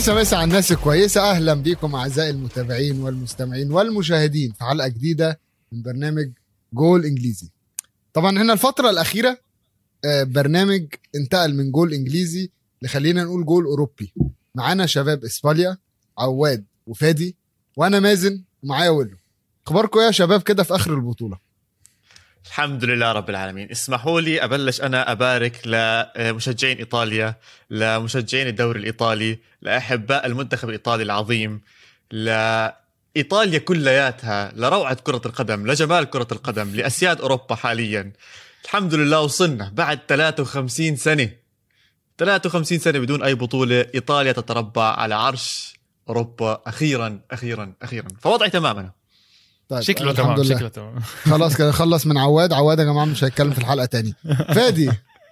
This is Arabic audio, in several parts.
مسا على الناس كويسة. أهلا بكم أعزائي المتابعين والمستمعين والمشاهدين في حلقة جديدة من برنامج جول إنجليزي. طبعا هنا الفترة الأخيرة برنامج انتقل من جول إنجليزي لخلينا نقول جول أوروبي. معانا شباب إسبانيا عواد وفادي وأنا مازن ومعايا ولو. أخباركم يا شباب كده في آخر البطولة؟ الحمد لله رب العالمين. اسمحوا لي أبلش أنا أبارك لمشجعين إيطاليا، لمشجعين الدوري الإيطالي، لأحباء المنتخب الإيطالي العظيم، لإيطاليا كلياتها، لروعة كرة القدم، لجمال كرة القدم، لأسياد أوروبا حاليا. الحمد لله وصلنا بعد 53 سنة بدون أي بطولة. إيطاليا تتربع على عرش أوروبا أخيرا أخيرا أخيرا. فوضعي تماما. طيب شكله تمام. خلاص كده خلص من عواد يا جماعة، مش هيتكلم في الحلقة تاني. فادي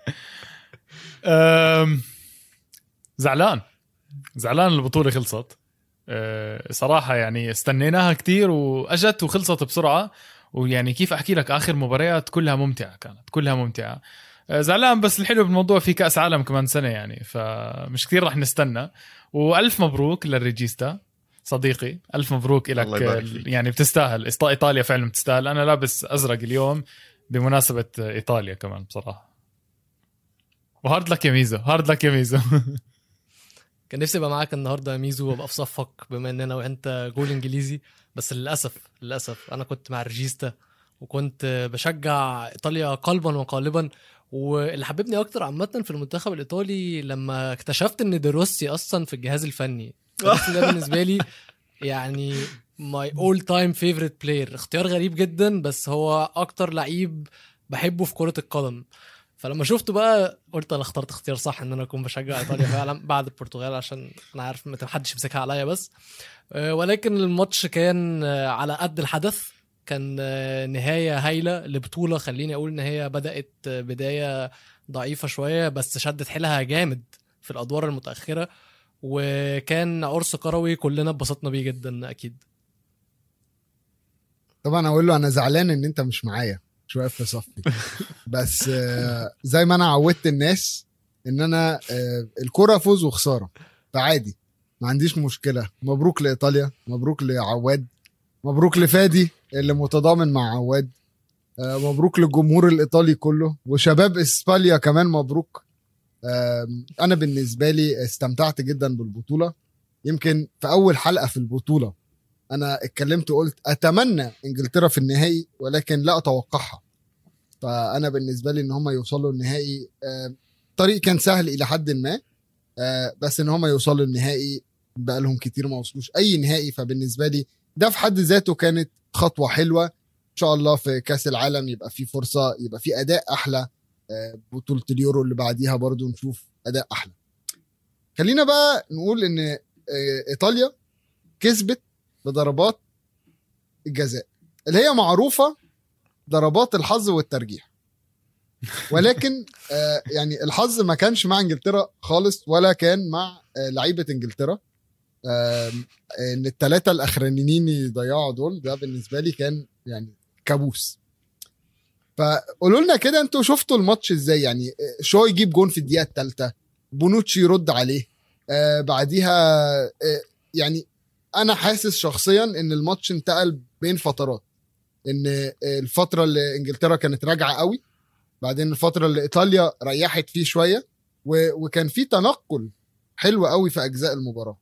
زعلان البطولة خلصت. صراحة يعني استنيناها كتير وأجت وخلصت بسرعة، ويعني كيف أحكي لك آخر مباريات كلها ممتعة. زعلان، بس الحلو بالموضوع في كأس عالم كمان سنة يعني، فمش كتير رح نستنى. وألف مبروك للريجيستا صديقي، ألف مبروك إلك. يعني بتستاهل، إيطاليا فعلا بتستاهل. أنا لابس أزرق اليوم بمناسبة إيطاليا كمان بصراحة. وهارد لك يا ميزو كان نفسي ابقى معاك النهارده يا ميزو وابقى في صفك، بما ان انا وانت جول انجليزي. بس للاسف انا كنت مع الريجيستا وكنت بشجع ايطاليا قلبا وقالبا. واللي حببني اكتر عامه في المنتخب الايطالي لما اكتشفت ان ديروسي اصلا في الجهاز الفني. ده بالنسبه لي يعني my all time favorite player. اختيار غريب جدا، بس هو اكتر لعيب بحبه في كرة القدم. فلما شفته بقى قلت انا اخترت اختيار صح ان انا اكون بشجع ايطاليا فعلا بعد البرتغال، عشان انا عارف ما حدش يمسكها عليا بس. ولكن الماتش كان على قد الحدث. كان نهاية هايلة لبطولة. خليني اقول ان هي بدأت بداية ضعيفة شوية، بس شدت حيلها جامد في الادوار المتأخرة، وكان عرس كروي كلنا اتبسطنا بيه جدا. اكيد طبعا اقول له انا زعلان ان انت مش معايا شويه في صفي. بس زي ما انا عودت الناس ان انا الكرة فوز وخساره، فعادي ما عنديش مشكله. مبروك لايطاليا، مبروك لعواد، مبروك لفادي اللي متضامن مع عواد، مبروك للجمهور الايطالي كله، وشباب اسبانيا كمان مبروك. انا بالنسبه لي استمتعت جدا بالبطوله. يمكن في اول حلقه في البطوله انا اتكلمت وقلت اتمنى انجلترا في النهائي، ولكن لا اتوقعها. فانا بالنسبه لي ان هم يوصلوا النهائي طريق كان سهل الى حد ما، بس ان هم يوصلوا النهائي بقى لهم كتير ما وصلوش اي نهائي. فبالنسبه لي ده في حد ذاته كانت خطوه حلوه. ان شاء الله في كاس العالم يبقى في فرصه، يبقى في اداء احلى. بطوله اليورو اللي بعديها برضو نشوف اداء احلى. خلينا بقى نقول ان ايطاليا كسبت بضربات الجزاء اللي هي معروفة ضربات الحظ والترجيح، ولكن يعني الحظ ما كانش مع انجلترا خالص ولا كان مع لعيبة انجلترا. ان الثلاثة الاخرانيين يضيعوا دول، ده بالنسبة لي كان يعني كابوس. فقولوا لنا كده انتوا شفتوا الماتش ازاي؟ يعني شو يجيب جون في الدقيقة الثالثة، بونوتشي يرد عليه بعديها. يعني انا حاسس شخصيا ان الماتش انتقل بين فترات، ان الفتره اللي انجلترا كانت راجعه قوي، بعدين الفتره اللي ايطاليا ريحت فيه شويه، وكان في تنقل حلو قوي في اجزاء المباراه.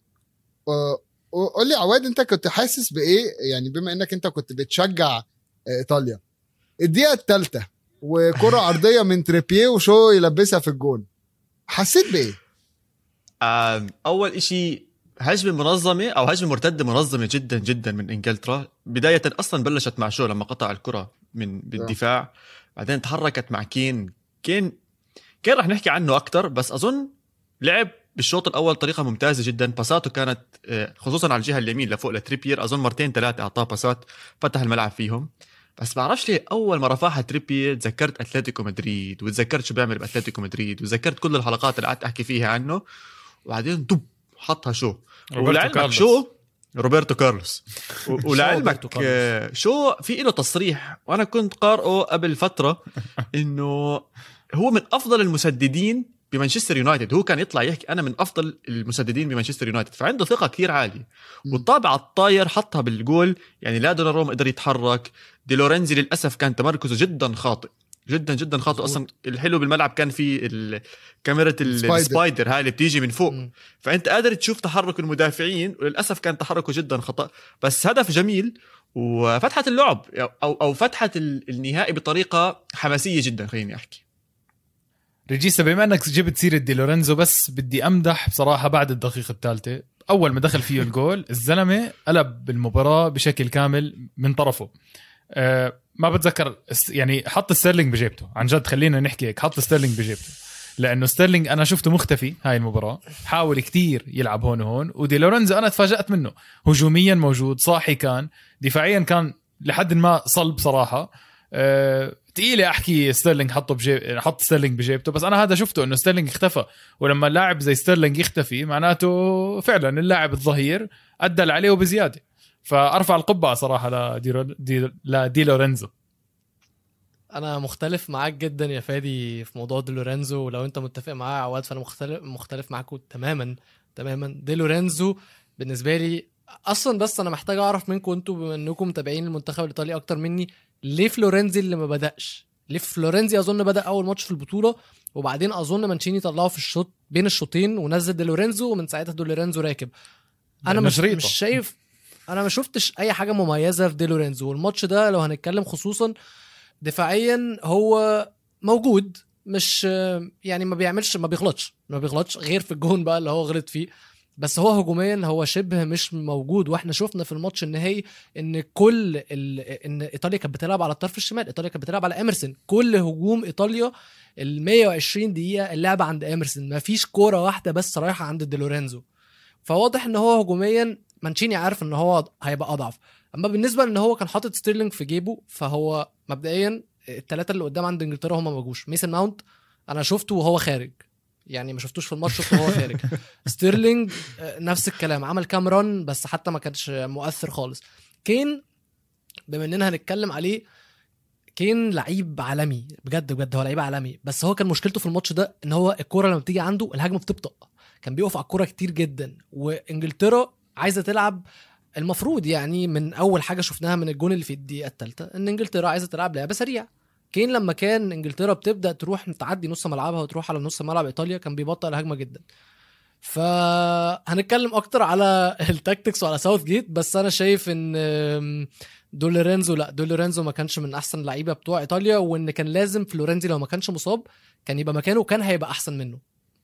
قول لي عواد، انت كنت حاسس بايه يعني بما انك انت كنت بتشجع ايطاليا؟ الدقيقه الثالثه وكره عرضيه من تريبيه وشو يلبسها في الجول، حسيت بايه؟ اول اشي هجمة منظمة أو هجمة مرتدة منظمة جدا جدا من إنجلترا. بداية أصلا بلشت مع شو لما قطع الكرة بالدفاع، بعدين تحركت مع كين رح نحكي عنه أكتر، بس أظن لعب بالشوط الأول طريقة ممتازة جدا. باساته كانت خصوصا على الجهة اليمين لفوق لتريبير، أظن مرتين ثلاثة أعطاه باسات فتح الملعب فيهم. بس بعرفش ليه أول ما رفعها تريبير تذكرت أتلتيكو مدريد، وتذكرت شو بيعمل بأتلتيكو مدريد، وتذكرت كل الحلقات اللي قعدت أحكي فيها عنه. وبعدين دب حطها شو ولعلمك شو روبرتو كارلوس. ولعلمك شو في له تصريح وانا كنت قارئه قبل فترة انه هو من افضل المسددين بمانشستر يونايتد، هو كان يطلع يحكي انا من افضل المسددين بمانشستر يونايتد، فعنده ثقه كثير عاليه. والطابع الطاير حطها بالجول، يعني لا دوناروما قدر يتحرك، دي لورينزي للاسف كان تمركزه جدا خاطئ، جدا جدا خاطئ. اصلا الحلو بالملعب كان في كاميرا السبايدر هاي اللي بتيجي من فوق، فانت قادر تشوف تحرك المدافعين، وللاسف كان تحركه جدا خطا. بس هدف جميل، وفتحت اللعب او فتحت النهائي بطريقه حماسيه جدا. خليني احكي ريجيستا، بما انك جبت سيرة دي لورينزو، بس بدي امدح بصراحة بعد الدقيقة الثالثة اول ما دخل فيه الجول الزلمة قلب المباراة بشكل كامل من طرفه. ما بتذكر يعني حط ستيرلينج بجيبته، عن جد خلينا نحكي هيك، حط ستيرلينج بجيبته، لانه ستيرلينج انا شفته مختفي هاي المباراة، حاول كتير يلعب هون وهون. ودي لورينزو انا تفاجأت منه، هجوميا موجود، صاحي كان، دفاعيا كان لحد ما صلب صراحة. تقيلة احكي ستيرلينج حط ستيرلينج بجيبته، بس انا هذا شفته انه ستيرلينج اختفى. ولما اللاعب زي ستيرلينج يختفي معناته فعلا اللاعب الظهير ادى عليه وبزيادة. فارفع القبعة صراحة لدي لورينزو. انا مختلف معاك جدا يا فادي في موضوع دي لورينزو، ولو انت متفق معايا عواد فانا مختلف معاكم تماما. دي لورينزو بالنسبه لي اصلا، بس انا محتاج اعرف منكم انتوا بما انكم متابعين المنتخب الايطالي اكتر مني، ليه فلورنزي اللي ما بدأش؟ ليه فلورنزي اظن بدأ اول ماتش في البطوله، وبعدين اظن مانشيني طلعه في الشوط بين الشوطين ونزل دي لورينزو، ومن ساعتها دي لورينزو راكب. انا مش شايف، انا ما شفتش اي حاجه مميزه في دي لورينزو. والماتش ده لو هنتكلم خصوصا دفاعيا هو موجود، مش يعني ما بيغلطش غير في الجون بقى اللي هو غلط فيه، بس هو هجوميا هو شبه مش موجود. واحنا شفنا في الماتش النهائي ان ان ايطاليا كانت بتلعب على الطرف الشمال، ايطاليا كانت بتلعب على اميرسون، كل هجوم ايطاليا ال 120 دقيقه اللعبه عند اميرسون، ما فيش كوره واحده بس رايحه عند دي لورينزو. فواضح ان هو هجوميا مانشيني عارف ان هو هيبقى اضعف. اما بالنسبه ان هو كان حاطط ستيرلينج في جيبه، فهو مبدئيا الثلاثه اللي قدام عند انجلترا هم ما جوش. ميسن ماونت انا شفته وهو خارج، يعني ما شفتوش في الماتش، شفته وهو خارج. ستيرلينج نفس الكلام، عمل كام ران بس حتى ما كانش مؤثر خالص. كين بما اننا هنتكلم عليه، كين لعيب عالمي بجد، هو لعيب عالمي، بس هو كان مشكلته في الماتش ده ان هو الكوره لما بتيجي عنده الهجمه بتبطأ، كان بيقف على الكوره كتير جدا. وانجلترا عايزه تلعب، المفروض يعني من اول حاجه شفناها من الجون اللي في الدقيقه الثالثه ان انجلترا عايزه تلعب لعبه سريعه. كين لما كان انجلترا بتبدا تروح تعدي نص ملعبها وتروح على نص ملعب ايطاليا كان بيبطئ الهجمه جدا. فهنتكلم اكتر على التاكتكس وعلى ساوث جيت، بس انا شايف ان دولورينزو ما كانش من احسن اللعيبه بتوع ايطاليا، وان كان لازم فلورنزي لو ما كانش مصاب كان يبقى مكانه وكان هيبقى احسن منه.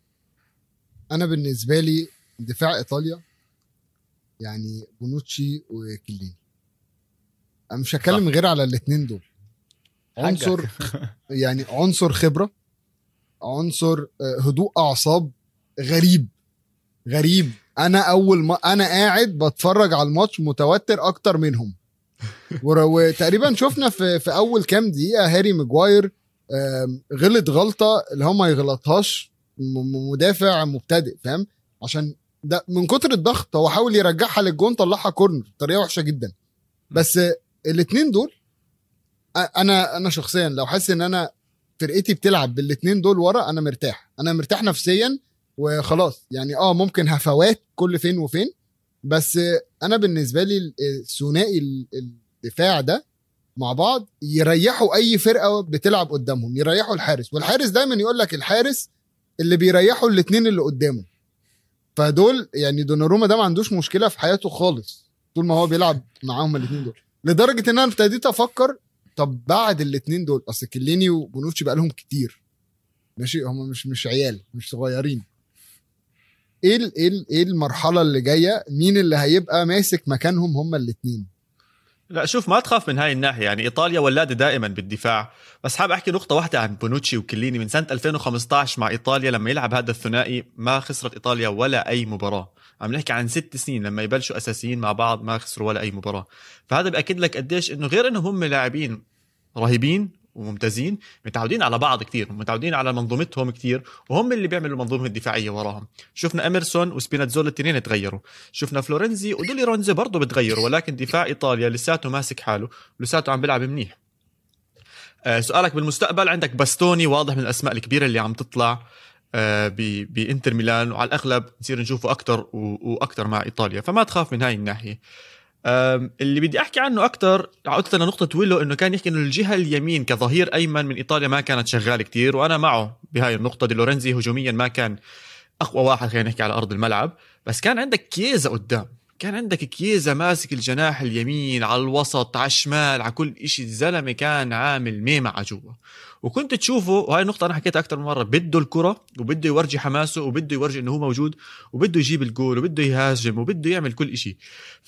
انا بالنسبه لي دفاع ايطاليا يعني بونوتشي وكليني، انا مش هتكلم غير على الاثنين دول. عنصر يعني عنصر خبره، عنصر هدوء اعصاب غريب. انا اول ما انا قاعد بتفرج على الماتش متوتر اكتر منهم. وتقريبا شفنا في اول كام دقيقه هاري ماجواير غلط غلطه اللي هو ما يغلطهاش مدافع مبتدئ، فاهم؟ عشان ده من كتر الضغط هو حاول يرجعها للجون، طلعها كورنر بطريقه وحشه جدا. بس الاثنين دول انا شخصيا لو حاسس ان انا فرقتي بتلعب بالاثنين دول ورا انا مرتاح نفسيا وخلاص. يعني ممكن هفوات كل فين وفين، بس انا بالنسبه لي الثنائي الدفاع ده مع بعض يريحوا اي فرقه بتلعب قدامهم، يريحوا الحارس، والحارس دايما يقول لك الحارس اللي بيريحوا الاثنين اللي قدامه. فدول يعني دوناروما ده ما عندوش مشكله في حياته خالص طول ما هو بيلعب معاهم الاثنين دول، لدرجه ان انا ابتديت افكر طب بعد الاثنين دول، اصل كليني وبونوتشي بقى لهم كتير ماشي، هم مش عيال، مش صغيرين. ايه المرحله اللي جايه؟ مين اللي هيبقى ماسك مكانهم هم الاثنين؟ لا شوف، ما تخاف من هاي الناحيه، يعني ايطاليا ولاده دائما بالدفاع. بس حاب احكي نقطه واحده عن بونوتشي وكليني. من سنه 2015 مع ايطاليا لما يلعب هذا الثنائي ما خسرت ايطاليا ولا اي مباراه. عم نحكي عن 6 سنين لما يبلشوا اساسيين مع بعض ما خسروا ولا اي مباراه. فهذا بأكد لك قديش انه غير انهم هم لاعبين رهيبين وممتازين، متعودين على بعض كتير، متعودين على منظومتهم كتير، وهم اللي بيعملوا المنظومه الدفاعيه وراهم. شفنا اميرسون وسبيناتزولا الاثنين تغيروا، شفنا فلورنزي ودولي رونزي برضه بتغيروا، ولكن دفاع ايطاليا لساته ماسك حاله ولساته عم بيلعب منيح. سؤالك بالمستقبل، عندك باستوني واضح من الاسماء الكبيره اللي عم تطلع. بإنتر ميلان، وعلى الأغلب نصير نشوفه أكتر وأكتر مع إيطاليا، فما تخاف من هاي الناحية. اللي بدي أحكي عنه أكتر عودت لنقطة ويلو، إنه كان يحكي إنه الجهة اليمين كظهير أيمن من إيطاليا ما كانت شغال كتير، وأنا معه بهاي النقطة. دي لورنزي هجوميا ما كان أقوى واحد، خلينا نحكي على أرض الملعب، بس كان عندك كيزا قدام، كان عندك كيزا ماسك الجناح اليمين على الوسط على الشمال على كل إشي. الزلمة كان عامل ميمة جوا، وكنت تشوفه، وهاي النقطة أنا حكيتها أكتر من مرة، بده الكرة وبده يورجي حماسه وبده يورجي إنه هو موجود وبده يجيب الجول وبده يهاجم وبده يعمل كل إشي.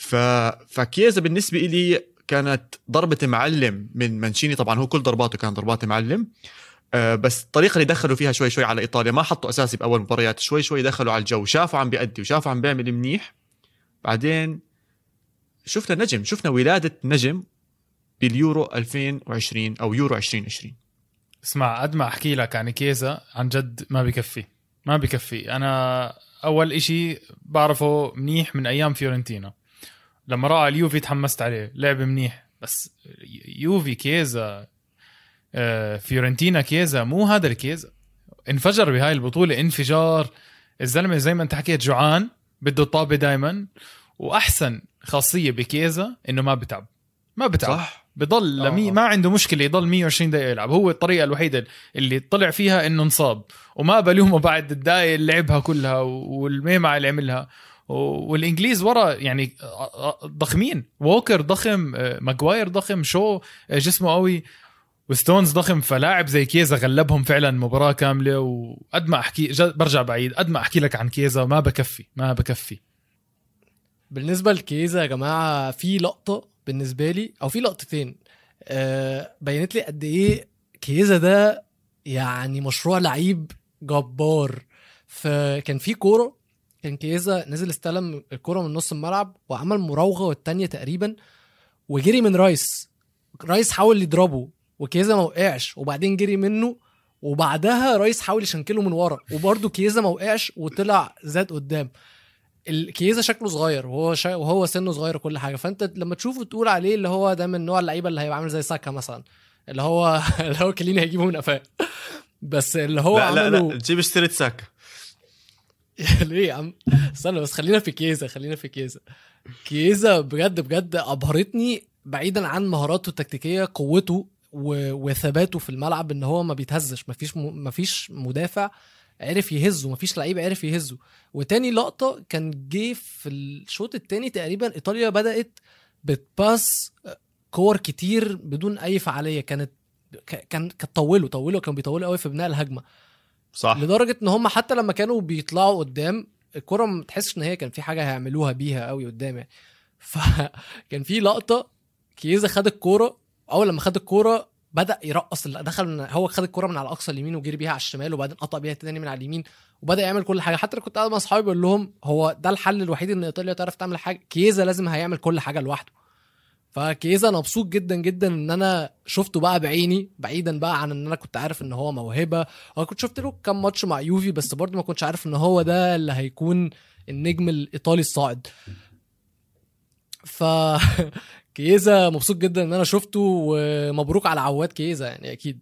فكيزا بالنسبة إلي كانت ضربة معلم من مانشيني. طبعا هو كل ضرباته كان ضربات معلم، بس الطريقة اللي دخلوا فيها شوي شوي على إيطاليا، ما حطوا أساسي بأول مباريات، شوي شوي دخلوا على الجو، شافوا عم بيأدي وشافوا عم بيعمل منيح. بعدين شفنا نجم، شفنا ولادة نجم باليورو 2020 أو يورو 2020. اسمع، قد ما أحكي لك عن كيزا عن جد ما بكفي. أنا أول إشي بعرفه منيح من أيام فيورنتينا، لما راح اليوفي تحمست عليه، لعب منيح. بس يوفي كيزا، فيورنتينا كيزا، مو هذا الكيزا. انفجر بهاي البطولة انفجار. الزلمة زي ما انت حكيت جوعان، بده الطابة دايما. وأحسن خاصية بكيزا إنه ما بتعب صح. بضل ما عنده مشكلة يضل 120 دقيقة يلعب. هو الطريقة الوحيدة اللي طلع فيها إنه انصاب، وما بلومه بعد الدقائق اللي لعبها كلها والميمة اللي عملها. والإنجليز ورا يعني ضخمين، ووكر ضخم، ماغواير ضخم، شو جسمه قوي، وستونز ضخم. فلاعب زي كيزا غلبهم فعلا مباراة كاملة. وقد ما أحكي برجع بعيد، قد ما أحكي لك عن كيزا ما بكفي. بالنسبة لكيزا يا جماعة، في لقطة بالنسبة لي أو في لقطتين بينت لي قد إيه كيزا ده يعني مشروع لعيب جبار. فكان في كورة، كان كيزا نزل استلم الكورة من نص الملعب وعمل مراوغة والتانية تقريبا، وجري من رايس حاول يضربه وكيزا ما وقعش، وبعدين جري منه، وبعدها رايس حاول يشنكله من ورا وبرضه كيزا ما وقعش وطلع زاد قدام. الكيزا شكله صغير وهو سنه صغير وكل حاجه، فانت لما تشوفه تقول عليه اللي هو ده من نوع اللعيبه اللي هيبقى عامل زي ساكا مثلا، اللي هو كليني هيجيبه من قفاه. بس اللي هو لا تجيب اشتريت ساكا ليه يا عم؟ استنى بس، خلينا في كيزا بجد أبهرتني. بعيدا عن مهاراته التكتيكيه، قوته وثباته في الملعب، ان هو ما بيتهزش، مفيش مدافع عرف يهزه، مفيش لعيب عرف يهزه. وتاني لقطة كان جه في الشوط التاني تقريبا، إيطاليا بدأت بتباس كور كتير بدون أي فعالية. كانت طولوا كانوا بيطولوا قوي في بناء الهجمة، صح، لدرجة ان هم حتى لما كانوا بيطلعوا قدام الكرة ما تحسش ان هي كان في حاجة هيعملوها بيها قوي قدام يعني. فكان في لقطة كيزا خد الكرة، اول لما خد الكرة بدأ يرقص، دخل هو خد الكرة من على اقصى اليمين وجري بيها على الشمال، وبعدين قطع بيها تاني من على اليمين، وبدأ يعمل كل حاجة. حتى كنت قاعد مع اصحابي بقول لهم هو ده الحل الوحيد ان ايطاليا تعرف تعمل حاجة، كيزا لازم هيعمل كل حاجة لوحده. فكيزا انا مبسوط جدا جدا ان انا شفته بقى بعيني، بعيدا بقى عن ان انا كنت عارف ان هو موهبة، او كنت شفت له كام ماتش مع يوفي، بس برضه ما كنتش عارف ان هو ده اللي هيكون النجم الايطالي الصاعد. كيزا مبسوط جدا ان انا شفته، ومبروك على عواد كيزا يعني اكيد.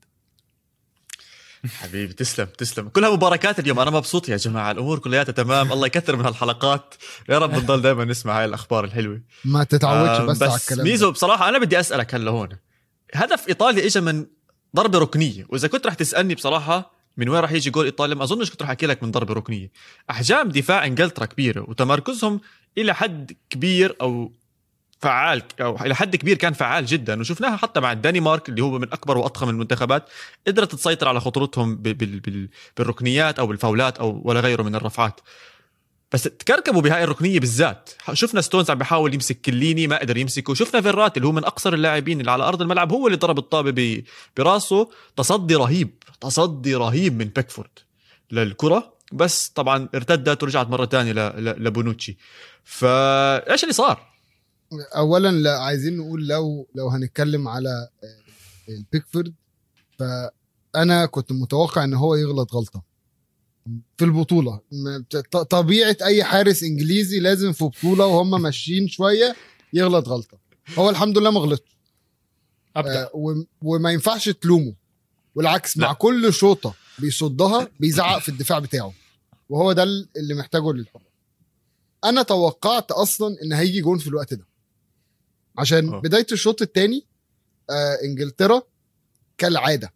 حبيبي تسلم كلها مباركات اليوم. انا مبسوط يا جماعه، الامور كلها تمام. الله يكثر من هالحلقات، يا رب نضل دائما نسمع هاي الاخبار الحلوه، ما تتعودش بس على الكلام. ميزو بصراحه انا بدي اسالك هلا هون، هدف ايطاليا اجى من ضربه ركنيه، واذا كنت رح تسالني بصراحه من وين رح يجي جول ايطاليا، ما اظنش كنت رح احكي لك من ضربه ركنيه. احجام دفاع انجلترا كبيره، وتمركزهم الى حد كبير او فعال، او الى حد كبير كان فعال جدا، وشفناها حتى مع الدنمارك اللي هو من اكبر واضخم المنتخبات، قدرت تسيطر على خطورتهم بالركنيات او بالفاولات او ولا غيره من الرفعات. بس تكركبوا بهاي الركنيه بالذات. شفنا ستونز عم بيحاول يمسك كليني ما قدر يمسكه، شفنا فيرات اللي هو من اقصر اللاعبين اللي على ارض الملعب هو اللي ضرب الطابه براسه، تصدي رهيب من بيكفورد للكره، بس طبعا ارتدت ورجعت مره ثانيه لبونوتشي. فايش اللي صار؟ اولا لا، عايزين نقول لو هنتكلم على البيكفورد، فانا كنت متوقع ان هو يغلط غلطه في البطوله. طبيعه اي حارس انجليزي لازم في بطوله وهم ماشيين شويه يغلط غلطه. هو الحمد لله ما غلطش، وما ينفعش تلومه، والعكس لا. مع كل شوطه بيصدها بيزعق في الدفاع بتاعه، وهو ده اللي محتاجه للحب. انا توقعت اصلا ان هيجي جون في الوقت ده عشان بدايه الشوط الثاني انجلترا كالعاده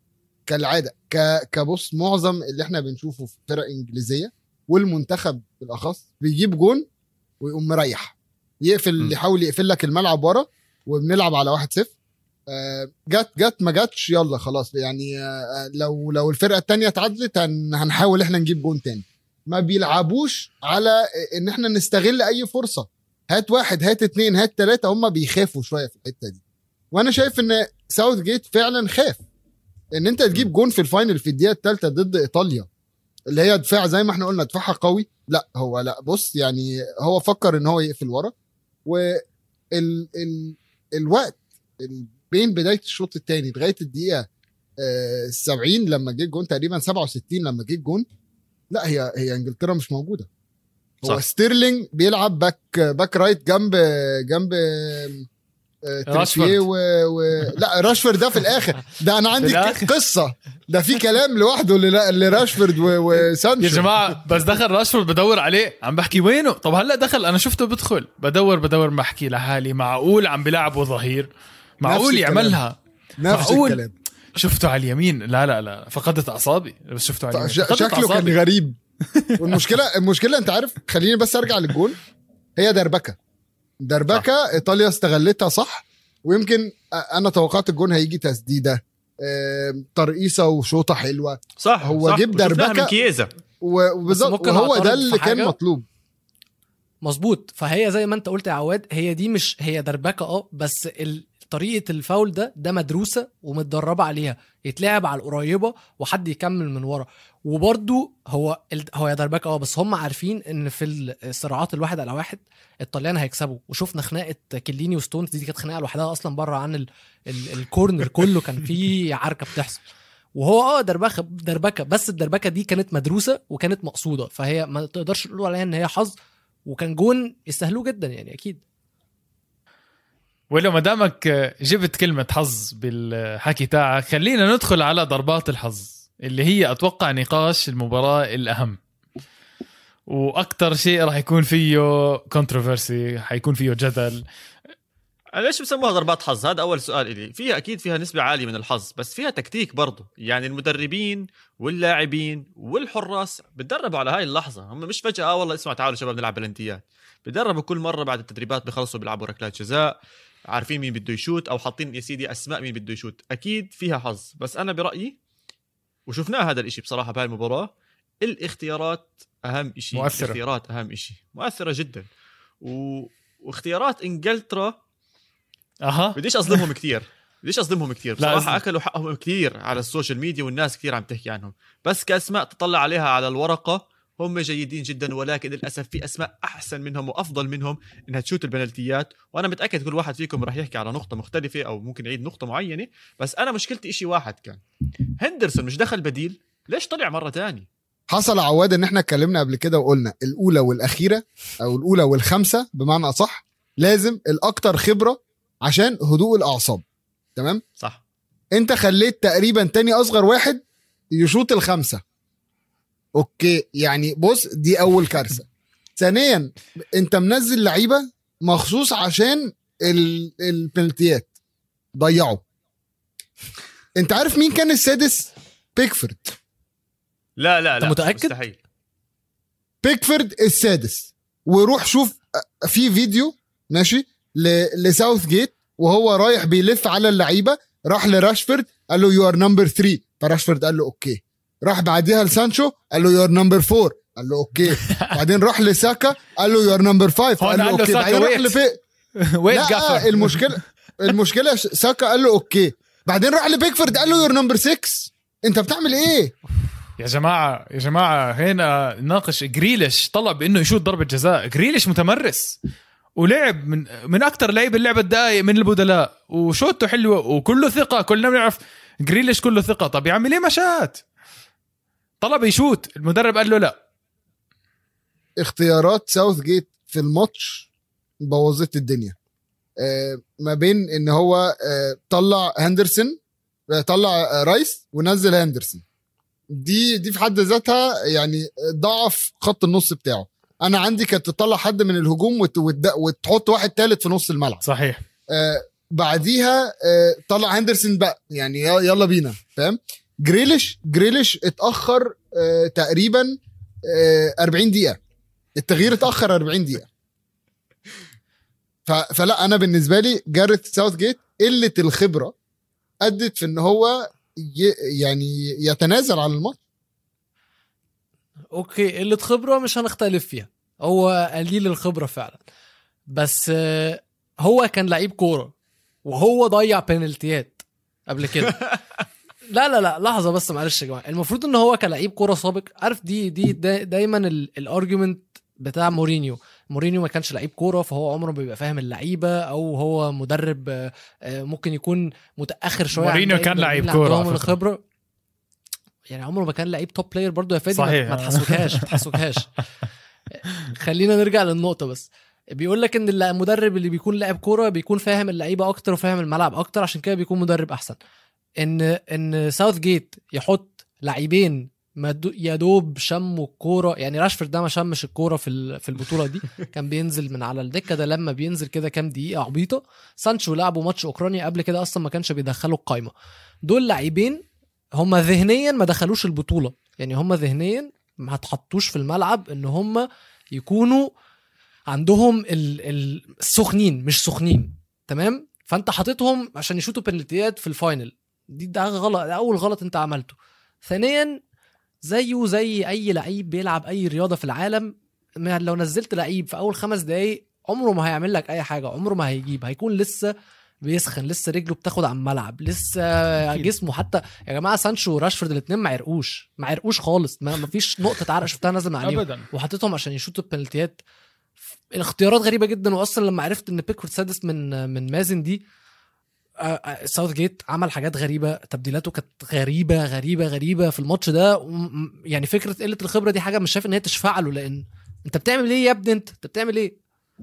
كبص معظم اللي احنا بنشوفه في فرق انجليزيه والمنتخب بالاخص بيجيب جون ويقوم مريح يقفل يحاول يقفل لك الملعب ورا وبنلعب على 1-0. جت ما جاتش يلا خلاص يعني لو الفرقه التانية اتعادلت هنحاول احنا نجيب جون تاني. ما بيلعبوش على ان احنا نستغل اي فرصه، هات واحد هات اتنين هات تلاته، هم بيخافوا شويه في الحته دي. وانا شايف ان ساوث جيت فعلا خاف ان انت تجيب جون في الفاينل في الدقيقه الثالثه ضد ايطاليا اللي هي دفاع زي ما احنا قلنا دفاعها قوي. لا هو لا بص يعني هو فكر ان هو يقفل ورا. الوقت بين بدايه الشوط الثاني لغايه الدقيقه 70 لما جه جون تقريبا 67 لما جه جون، لا هي انجلترا مش موجوده. هو ستيرلينج بيلعب باك رايت جنب تريشيه لا راشفورد ده في الاخر ده انا عندي قصه ده في كلام لوحده لراشفورد وسانشو يا جماعه. بس دخل راشفورد بدور عليه عم بحكي وينه. طب هلا دخل انا شفته بدخل بدور بحكي لحالي معقول عم بيلعبوا ظهير؟ معقول يعملها؟ نفس الكلام. شفته على اليمين لا فقدت اعصابي بس شفته على اليمين شكله كان غريب. والمشكله انت عارف خليني بس ارجع للجول. هي دربكه ايطاليا استغلتها صح. ويمكن انا توقعت الجون هيجي تسديده ترقيصه وشوطه حلوه صح. هو جيب دربكه وبالظبط وهو ده اللي كان مطلوب. مظبوط. فهي زي ما انت قلت يا عواد هي دي مش هي دربكه بس طريقه الفاول ده مدروسه ومتدربه عليها، يتلعب على القريبه وحد يكمل من ورا. وبرده هو يا دربكه بس هم عارفين ان في الصراعات الواحد على واحد الطليان هيكسبوا. وشوفنا خناقه كيليني وستونز دي كانت خناقه لوحدها اصلا بره عن الكورنر كله كان فيه عركه بتحصل. وهو دربكه بس الدربكه دي كانت مدروسه وكانت مقصوده، فهي ما تقدرش تقول عليها ان هي حظ. وكان جون يستاهلوه جدا يعني اكيد. ولو ما دامك جبت كلمة حظ بالحكي تاعك خلينا ندخل على ضربات الحظ اللي هي أتوقع نقاش المباراة الأهم وأكتر شيء راح يكون فيه كونتروفيرسي، حيكون فيه جدل. ليش بسموها ضربات حظ؟ هذا أول سؤال إلي. فيها أكيد فيها نسبة عالية من الحظ بس فيها تكتيك برضو. يعني المدربين واللاعبين والحراس بتدربوا على هاي اللحظة. هم مش فجأة والله اسمع تعالوا شباب نلعب بلنتيات. بتدربوا كل مرة بعد التدريبات بيخلصوا بيلعبوا ركلات جزاء، عارفين مين بده يشوت او حاطين يا سيدي اسماء مين بده يشوت. اكيد فيها حظ بس انا برايي وشفناه هذا الاشي بصراحه بهاي المباراه الاختيارات اهم شيء. الاختيارات اهم شيء مؤثره جدا واختيارات انجلترا بديش اظلمهم كثير بصراحه. اكلوا حقهم كثير على السوشيال ميديا والناس كثير عم تحكي عنهم. بس كاسماء تطلع عليها على الورقه هم جيدين جدا ولكن للأسف في أسماء أحسن منهم وأفضل منهم إنها تشوت البنالتيات. وأنا متأكد كل واحد فيكم رح يحكي على نقطة مختلفة أو ممكن يعيد نقطة معينة. بس أنا مشكلتي إشي واحد كان هندرسون مش دخل بديل. ليش طلع مرة تاني؟ حصل عواد إن إحنا اتكلمنا قبل كده وقلنا الأولى والأخيرة أو الأولى والخامسة بمعنى أصح لازم الأكتر خبرة عشان هدوء الأعصاب. تمام صح. أنت خليت تقريبا تاني أصغر واحد يشوط الخمسة. اوكي يعني بص دي اول كارثه. ثانيا انت منزل لعيبه مخصوص عشان البنالتيات ضيعوا. انت عارف مين كان السادس؟ بيكفورد. لا متأكد؟ مستحيل. بيكفورد السادس. وروح شوف في فيديو ماشي لساوث جيت وهو رايح بيلف على اللعيبه، راح لراشفورد قال له يو ار نمبر 3 فراشفورد قال له اوكي. راح بعديها لسانشو قال له يور نمبر 4 قال له اوكي. بعدين راح لساكا قال له يور نمبر 5 قال له اوكي. بعدين راح لا المشكله ساكا قال له اوكي. بعدين راح لبيكفورد قال له يور نمبر 6. انت بتعمل ايه يا جماعه؟ هنا ناقش جريليش طلب انه يشوت ضربه جزاء. جريليش متمرس ولعب من اكتر لعيبه اللعبه الدقائق من البدلاء وشوته حلوه وكله ثقه. كلنا بنعرف جريليش كله ثقه. طب يا عمي ليه ما شات؟ طلب يشوت المدرب قال له لا. اختيارات ساوث جيت في الماتش بوظت الدنيا. ما بين ان هو طلع هندرسون طلع رايس ونزل هندرسون دي في حد ذاتها يعني ضعف خط النص بتاعه. انا عندي كانت تطلع حد من الهجوم وتحط واحد ثالث في نص الملعب. صحيح. بعديها طلع هندرسون بقى يعني يلا بينا فاهم. جريليش اتاخر تقريبا 40 دقيقه. التغيير اتاخر 40 دقيقه. فلا انا بالنسبه لي جاريث ساوثجيت قله الخبره ادت في ان هو يعني يتنازل عن الماتش. اوكي قله خبره مش هنختلف فيها، هو قليل الخبره فعلا، بس هو كان لعيب كوره وهو ضيع بينالتيات قبل كده. لا لحظه بس معلش يا جماعه، المفروض ان هو كلاعب كوره سابق عارف دي دايما الارجيومنت بتاع مورينيو ما كانش لعيب كوره فهو عمره ما بيبقى فاهم اللعيبه، او هو مدرب ممكن يكون متاخر شويه. مورينيو كان لعيب كوره من الخبره يعني، عمره ما كان لعيب توب بلاير برضو يا فادي. صحيح. ما تحسوكهاش. خلينا نرجع للنقطه بس. بيقول لك ان المدرب اللي بيكون لاعب كوره بيكون فاهم اللعيبه اكتر وفاهم الملعب اكتر، عشان كده بيكون مدرب احسن. ان ساوث جيت يحط لاعبين يا دوب شموا الكوره، يعني راشفورد ده ما شمش الكوره في البطوله دي. كان بينزل من على الدكه، ده لما بينزل كده كام دقيقه عبيطه. سانشو لعبوا ماتش اوكرانيا قبل كده اصلا ما كانش بيدخلوا القايمه. دول لاعبين هم ذهنيا ما دخلوش البطوله، يعني هم ذهنيا ما هتحطوش في الملعب ان هم يكونوا عندهم السخنين مش سخنين تمام. فانت حاططهم عشان يشوتوا بنالتيات في الفاينل، ده غلط، ده اول غلط انت عملته. ثانيا زيه زي اي لعيب بيلعب اي رياضه في العالم، لو نزلت لعيب في اول 5 دقايق عمره ما هيعمل لك اي حاجه، عمره ما هيجيب، هيكون لسه بيسخن، لسه رجله بتاخد على الملعب، لسه جسمه. حتى يا جماعه سانشو وراشفورد الاثنين ما عرقوش خالص، ما فيش نقطه عرق شفتها نازله عليهم ابدا، وحطيتهم عشان يشوتوا البنالتيات. الاختيارات غريبه جدا. واصلا لما عرفت ان بيكفورد سادس من مازن دي، ساوث جيت عمل حاجات غريبه، تبديلاته كانت غريبه في الماتش ده. يعني فكره قله الخبره دي حاجه مش شايف ان هي تشفع له، لان انت بتعمل ايه يا ابني؟ انت بتعمل ايه؟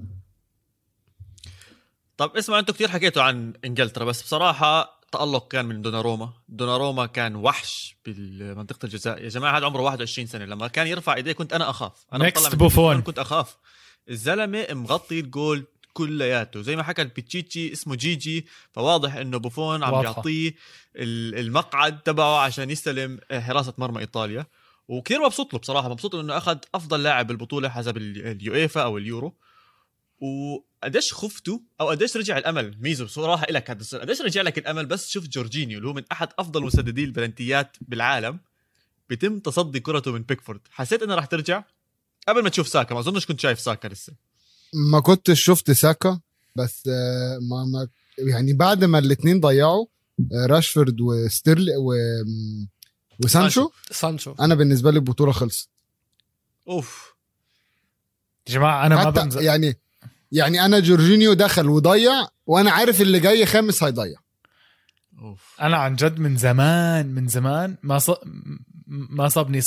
طب اسمع، انتوا كتير حكيتوا عن انجلترا، بس بصراحه تألق كان من دوناروما كان وحش بالمنطقه الجزاء. يا جماعه هذا عمره 21 سنه، لما كان يرفع ايديه كنت انا اخاف. انا نكست بوفون كنت اخاف. الزلمه مغطي الجول كلياته، زي ما حكى البيتشيتشي اسمه جيجي، فواضح انه بوفون عم يعطيه المقعد تبعه عشان يستلم حراسه مرمى ايطاليا. وكثير مبسوط له بصراحه، مبسوط انه اخذ افضل لاعب بالبطوله حسب اليويفا او اليورو. وقديش خفتوا او قديش رجع الامل. ميزو بصراحه لك هذا السؤال، قديش رجع لك الامل؟ بس شوف جورجينيو اللي هو من احد افضل مسددي البلنتيات بالعالم بيتم تصدي كرته من بيكفورد. حسيت انه راح ترجع قبل ما تشوف ساكا؟ ما اظنش كنت شايف ساكا لسه. ما كنتش شفت ساكا، بس ما يعني بعد ما الاثنين ضيعوا راشفورد وستيرلي وسانشو، انا بالنسبه لي البطوله خلصت. اوف يا جماعه انا ما بنزل يعني انا جورجينيو دخل وضيع، وانا عارف اللي جاي خامس هيضيع. اوف. انا عن جد من زمان ما صابني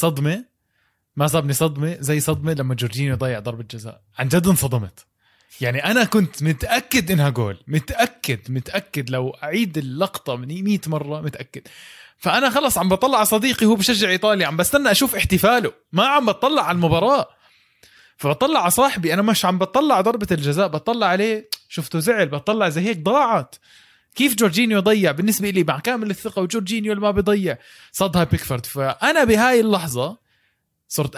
صدمه زي صدمه لما جورجينيو ضيع ضربه جزاء. عن جد انصدمت. يعني انا كنت متاكد انها جول، متاكد لو اعيد اللقطه من 100 مره متاكد. فانا خلص عم بطلع على صديقي هو بشجع ايطاليا، عم بستنى اشوف احتفاله، ما عم بطلع على المباراه. فبطلع على صاحبي، انا مش عم بطلع على ضربه الجزاء، بطلع عليه شفته زعل، بطلع زي هيك ضاعت. كيف جورجينيو ضيع؟ بالنسبه لي مع كامل الثقه وجورجينيو اللي ما بيضيع صدها بيكفورد. فانا بهاي اللحظه صرت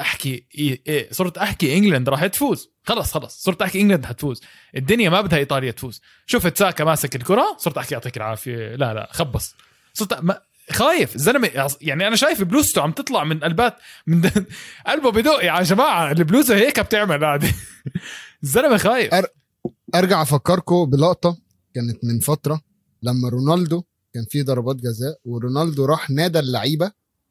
احكي انجلند راح تفوز. خلص صرت احكي انجلند حتفوز، الدنيا ما بدها ايطاليا تفوز. شفت ساكا ماسك الكره صرت احكي يعطيك العافيه، لا خبص. صرت خايف الزلمه. يعني انا شايف بلوزته عم تطلع من قلبات من قلبه بدق. يا جماعه البلوزه هيك بتعمل عادي. الزلمه خايف. ارجع افكركم بلقطه كانت من فتره لما رونالدو كان في ضربات جزاء، ورونالدو راح نادى اللعيبه،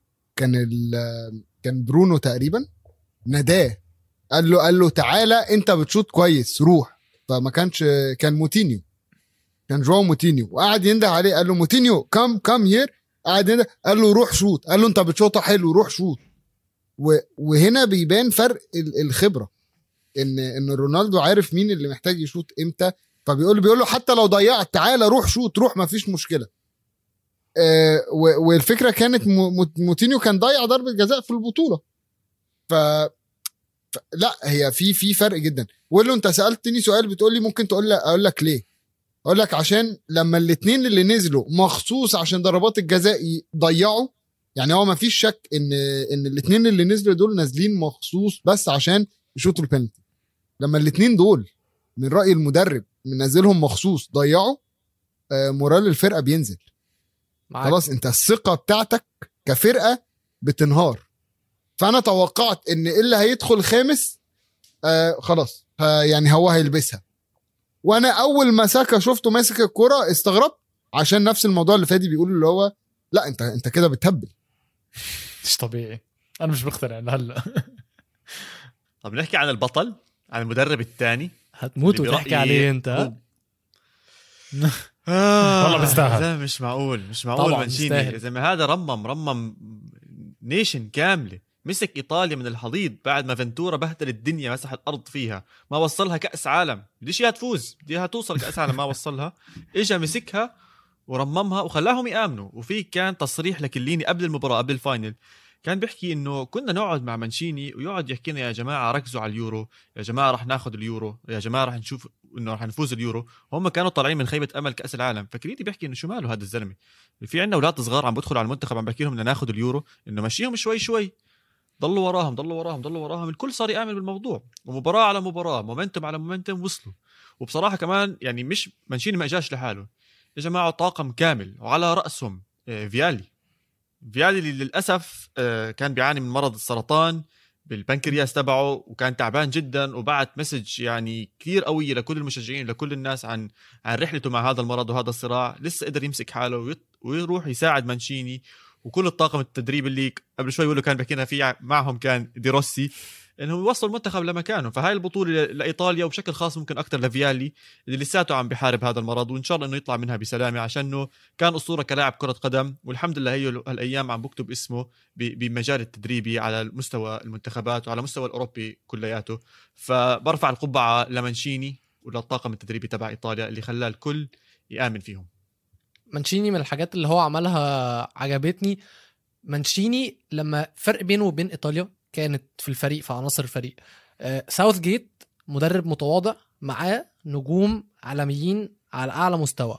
كان برونو تقريبا ناداه، قال له تعالى انت بتشوط كويس روح. فما كان موتينيو، كان جواو موتينيو، وقعد ينده عليه قال له موتينيو كم هير، قعد ينده قال له روح شوط، قال له انت بتشوطه حلو روح شوط. وهنا بيبان فرق الخبره، ان رونالدو عارف مين اللي محتاج يشوط امتى. فبيقول له حتى لو ضيعت تعالى روح شوط، روح ما فيش مشكله. والفكره كانت موتينيو كان ضيع ضربه جزاء في البطوله. لا هي في فرق جدا. وقول له انت سالتني سؤال بتقول لي ممكن اقول لك ليه. اقول لك عشان لما الاثنين اللي نزلوا مخصوص عشان ضربات الجزاء ضيعوا، يعني هو ما فيش شك ان الاثنين اللي نزلوا دول نازلين مخصوص بس عشان يشوطوا البنالتي. لما الاثنين دول من راي المدرب منزلهم مخصوص ضيعوا، مورال الفرقه بينزل معاك. خلاص انت الثقه بتاعتك كفرقه بتنهار. فانا توقعت ان اللي هيدخل خامس خلاص يعني هو هيلبسها. وانا اول ما ساكا شفته ماسك الكرة استغربت، عشان نفس الموضوع اللي فادي بيقول اللي هو لا انت كده بتهبل مش طبيعي. انا مش مقتنع هلا. طب نحكي عن البطل، عن المدرب الثاني. هتموت وتحكي عليه انت. والله بيستاهل. مش معقول مانشيني زي ما هذا رمم نيشن كامله. مسك ايطاليا من الحضيض بعد ما فنتورا بهدل الدنيا، مسح الارض فيها، ما وصلها كاس عالم، بديش اياها تفوز، بديها توصل كاس عالم، ما وصلها. اجا مسكها ورممها وخلاهم يامنوا. وفي كان تصريح لكليني قبل المباراه قبل الفاينل، كان بيحكي انه كنا نقعد مع مانشيني ويقعد يحكي لنا يا جماعه ركزوا على اليورو، يا جماعه راح ناخذ اليورو، يا جماعه راح نشوف انه راح نفوز اليورو. هم كانوا طالعين من خيبه امل كاس العالم. فكليني بيحكي انه شو ماله هذا الزلمه، في عندنا اولاد صغار عم بدخلوا على المنتخب عم بحكي لهم بدنا ناخذ اليورو، انه مشيهم شوي شوي. ضلوا وراهم الكل صار يآمن بالموضوع، ومباراه على مباراه، مومنتم على مومنتم وصلوا. وبصراحه كمان يعني مش مانشيني ما اجاش لحاله، يا جماعه طاقم كامل وعلى راسهم فيالي اللي للأسف كان بيعاني من مرض السرطان بالبنكرياس تبعه، وكان تعبان جدا، وبعت مسج يعني كثير قوية لكل المشجعين لكل الناس عن رحلته مع هذا المرض وهذا الصراع. لسه قدر يمسك حاله ويروح يساعد مانشيني وكل الطاقم التدريب اللي قبل شوي يقولوا كان بحكينا فيه معهم كان دي روسي، انهم يوصلوا المنتخب لمكانه. فهاي البطوله لايطاليا وبشكل خاص ممكن اكثر لفيالي اللي لساته عم بحارب هذا المرض، وان شاء الله انه يطلع منها بسلامه، عشانه كان اسطوره كلاعب كره قدم، والحمد لله هي هالايام عم بكتب اسمه بمجال التدريبي على مستوى المنتخبات وعلى مستوى الاوروبي كلياته. فبرفع القبعه لمانشيني وللطاقم التدريبي تبع ايطاليا اللي خلاه الكل يآمن فيهم. مانشيني من الحاجات اللي هو عملها عجبتني. مانشيني لما فرق بينه وبين ايطاليا كانت في الفريق، في عناصر الفريق. ساوث جيت مدرب متواضع، معاه نجوم عالميين على اعلى مستوى.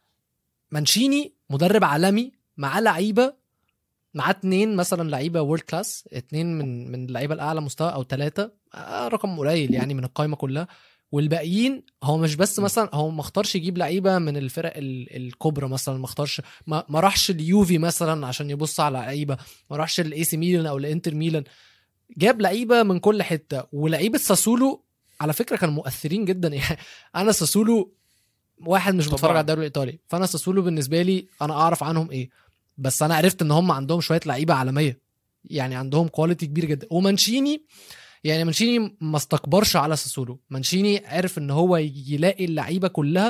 مانشيني مدرب عالمي، معاه لعيبه، معاه 2 مثلا لعيبه وورلد كلاس، 2 من اللعيبه الاعلى مستوى او 3، رقم قليل يعني من القائمه كلها. والباقيين هو مش بس مثلا هو ما اختارش يجيب لعيبه من الفرق الكبرى، مثلا ما اختارش ما راحش اليوفي مثلا عشان يبص على لعيبه، ما راحش الاي سي ميلان او الانتر ميلان، جاب لعيبه من كل حته. ولعيبه ساسولو على فكره كانوا مؤثرين جدا. يعني انا ساسولو واحد مش بتفرج على الدوري الايطالي، فانا ساسولو بالنسبه لي انا اعرف عنهم ايه، بس انا عرفت ان هم عندهم شويه لعيبه عالميه، يعني عندهم كواليتي كبير جدا. ومانشيني يعني مانشيني ما استكبرش على ساسولو، مانشيني عرف ان هو يلاقي اللعيبه كلها،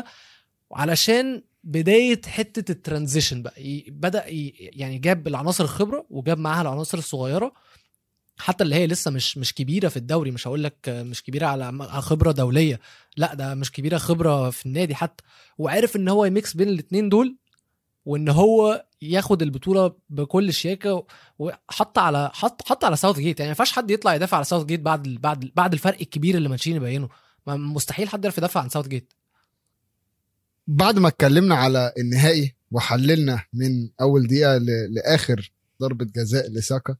علشان بدايه حته الترانزيشن بقى بدا يعني جاب العناصر الخبره وجاب معاها العناصر الصغيره، حتى اللي هي لسه مش كبيره في الدوري. مش هقول لك مش كبيره على خبره دوليه، لا ده مش كبيره خبره في النادي حتى. وعرف ان هو يميكس بين الاثنين دول، وان هو ياخد البطوله بكل شياكه. وحط على ساوث جيت، يعني ما ينفعش حد يطلع يدافع على ساوث جيت بعد الفرق الكبير اللي مانشيني بينه. مستحيل حد يعرف يدافع عن ساوث جيت. بعد ما اتكلمنا على النهائي وحللنا من اول دقيقه لاخر ضربه جزاء لساكا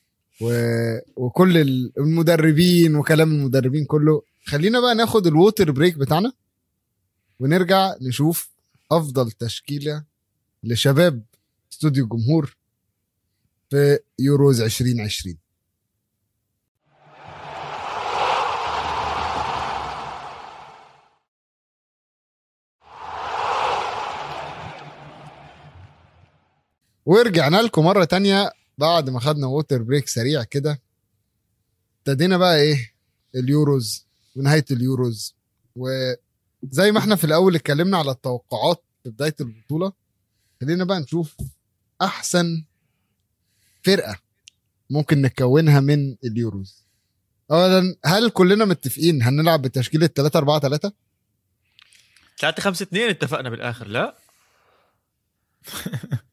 وكل المدربين وكلام المدربين كله، خلينا بقى ناخد الووتر بريك بتاعنا ونرجع نشوف افضل تشكيله لشباب استوديو الجمهور في يوروز 2020. ورجعنا لكم مرة تانية بعد ما خدنا ووتر بريك سريع كده. ابتدينا بقى ايه اليوروز ونهاية اليوروز، وزي ما احنا في الاول اتكلمنا على التوقعات في بداية البطولة، خلينا بقى نشوف احسن فرقة ممكن نكونها من اليوروز. اولا هل كلنا متفقين هنلعب بتشكيلة 3-4-3 3-5-2 اتفقنا بالاخر؟ لا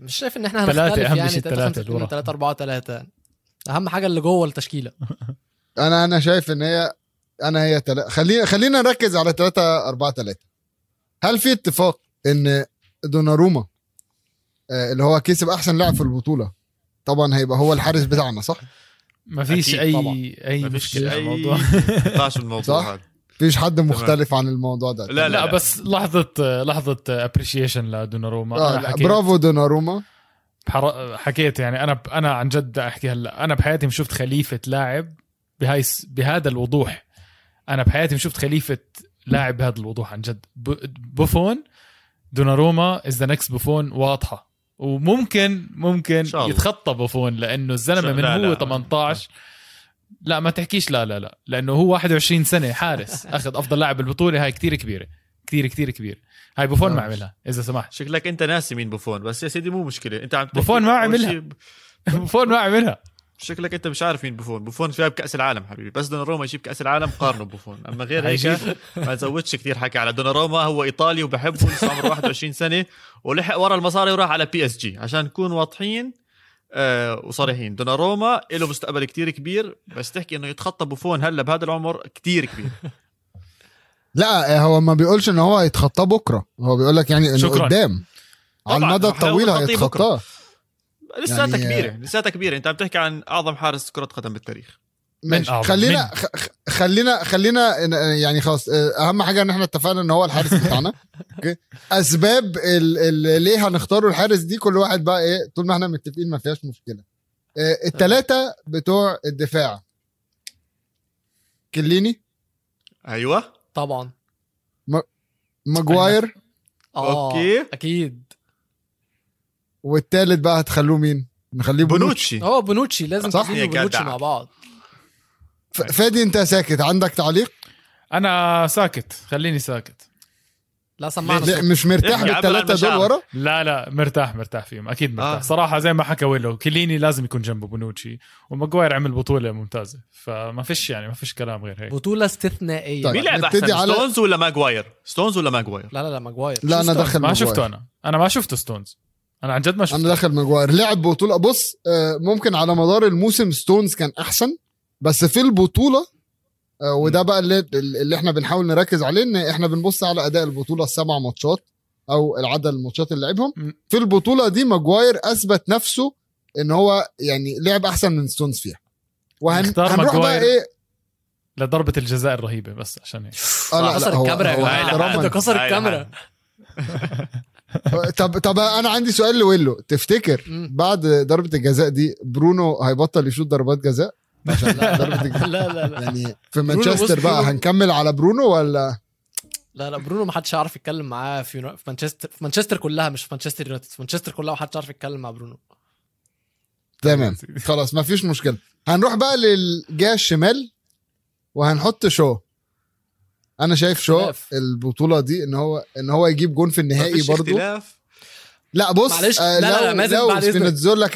مش شايف ان احنا تلاتة هنختلف أهم يعني شيء، 3 التلاتة 5 2 3 4 3 اهم حاجه اللي جوه التشكيله. انا شايف ان هي خلينا نركز على 3-4-3. هل في اتفاق ان دوناروما اللي هو كسب احسن لاعب في البطوله طبعا هيبقى هو الحارس بتاعنا صح؟ ما فيش أكيد اي طبعاً. اي ما فيش مشكله في اي الموضوع. نقاش الموضوع صح؟ هذا. فيش حد مختلف عن الموضوع ده. لا لا بس لحظه ابريشيشن لدوناروما. انا حكيت برافو دوناروما. حكيت يعني انا عن جد احكي هلا، انا بحياتي ما شفت خليفه لاعب بهذا الوضوح. انا بحياتي ما شفت خليفه لاعب بهذا الوضوح عن جد. بوفون دوناروما از ذا نكست بوفون واضحه، وممكن يتخطى بوفون لانه الزلمه من هو 18. لا ما تحكيش لا لانه هو 21 سنه حارس اخذ افضل لاعب بالبطوله. هاي كتير كبيره، كتير كبيره. هاي بوفون ما عملها اذا سمحت. شكلك انت ناسي مين بوفون، بس يا سيدي مو مشكله. انت عم بوفون ما عملها. بوفون ما عملها. شكلك انت مش عارف مين بوفون جاب كاس العالم حبيبي. بس دوناروما يجيب كاس العالم قارنه بوفون. اما غير هيك ما تزودش كثير حكي على دوناروما. هو ايطالي وبحبه، لسه عمره 21 سنه ولحق ورا المصاري وراح على PSG. عشان نكون واضحين وصريحين، دوناروما له مستقبل كتير كبير، بس تحكي انه يتخطى بوفون هلا بهذا العمر كتير كبير. لا هو ما بيقولش ان هو هيتخطى بكره، هو بيقول لك يعني انه قدام على المدى الطويل هيتخطاه. لساتها يعني كبيره، لساتها كبيره. انت عم تحكي عن اعظم حارس كره قدم بالتاريخ. خلينا يعني خلاص. اهم حاجه ان احنا اتفقنا ان هو الحارس بتاعنا. اوكي، اسباب ليه هنختاروا الحارس دي كل واحد بقى ايه، طول ما احنا متفقين ما فيهاش مشكله. الثلاثه بتوع الدفاع، كليني ايوه طبعا، ماجواير اوكي اكيد. والثالث بقى هتخلوه مين؟ نخليه بونوتشي. بونوتشي لازم تخليه بونوتشي مع بعض. فادي انت ساكت، عندك تعليق؟ انا ساكت، خليني ساكت. لا سمعنا مش مرتاح بالثلاثه دول ورا؟ لا مرتاح فيهم اكيد مرتاح. صراحه زي ما حكى ويلو، كليني لازم يكون جنبه بونوتشي، وماجواير عمل بطوله ممتازه، فما فيش يعني ما فيش كلام غير هيك. بطوله استثنائيه. طيب. مين لعب احسن، ستونز ولا ماجواير؟ لا ماجواير. لا انا دخل ما شفته. انا ما شفته ستونز، انا عن جد ما شفته. انا دخل ماجواير لعب بطوله. بص ممكن على مدار الموسم ستونز كان احسن، بس في البطوله وده بقى اللي احنا بنحاول نركز عليه، ان احنا بنبص على اداء البطوله ال7 ماتشات او العدد الماتشات اللي لعبهم في البطوله دي. ماجواير اثبت نفسه ان هو يعني لعب احسن من ستونز فيها. هنروح بقى ايه لضربه الجزاء الرهيبه بس عشان هيك. كسر الكاميرا ده كسر الكاميرا. طب انا عندي سؤال لويلو، تفتكر بعد ضربه الجزاء دي برونو هيبطل يشوط ضربات جزاء؟ لا يعني في مانشستر بقى هنكمل على برونو ولا لا برونو ما حدش عارف يتكلم معاه في مانشستر كلها، مش في مانشستر يونايتد، في مانشستر كلها ما حدش عارف يتكلم مع برونو. تمام خلاص ما فيش مشكله. هنروح بقى للجهه الشمال وهنحط شو. انا شايف شو البطوله دي ان هو يجيب جون في النهائي برضو. لا بص لو سبيناتزولا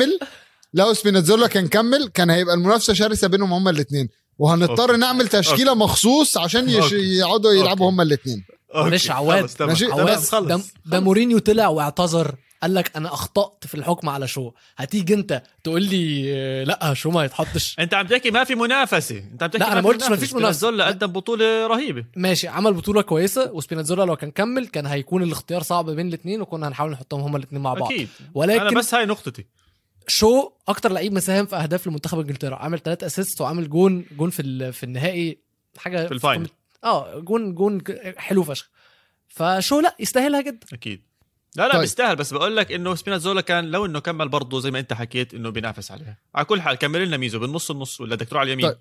كان كمل كان هيبقى المنافسه شرسه بينهم هما الاثنين، وهنضطر نعمل تشكيله مخصوص عشان يقعدوا يلعبوا هما الاثنين. معلش عواد ده مورينيو طلع واعتذر، قال لك انا اخطأت في الحكم على شو. هتيجي انت تقول لي لا شو ما يتحطش؟ انت عم تحكي ما في منافسه. انت عم تحكي لا انا ما قلتش ما فيش منافسه. سبيناتزولا قدم بطوله رهيبه، ماشي عمل بطوله كويسه، وسبيناتزولا لو كان كمل كان هيكون الاختيار صعب بين الاثنين، وكنا هنحاول نحطهم هما الاثنين مع بعض أكيد. ولكن انا بس هاي نقطتي. شو اكتر لعيب مساهم في اهداف لمنتخب انجلترا، عامل 3 اسيست وعامل جون في النهائي، حاجه في الفاينل. جون حلو فشخ. فشو لا يستاهلها جدا اكيد. لا طيب. بيستاهل، بس بقول لك انه سبيناتزولا كان لو انه كمل برضه زي ما انت حكيت انه بينافس عليها. على كل حال كمل لنا ميزو بالنص ولا بدك تروح على اليمين؟ طيب.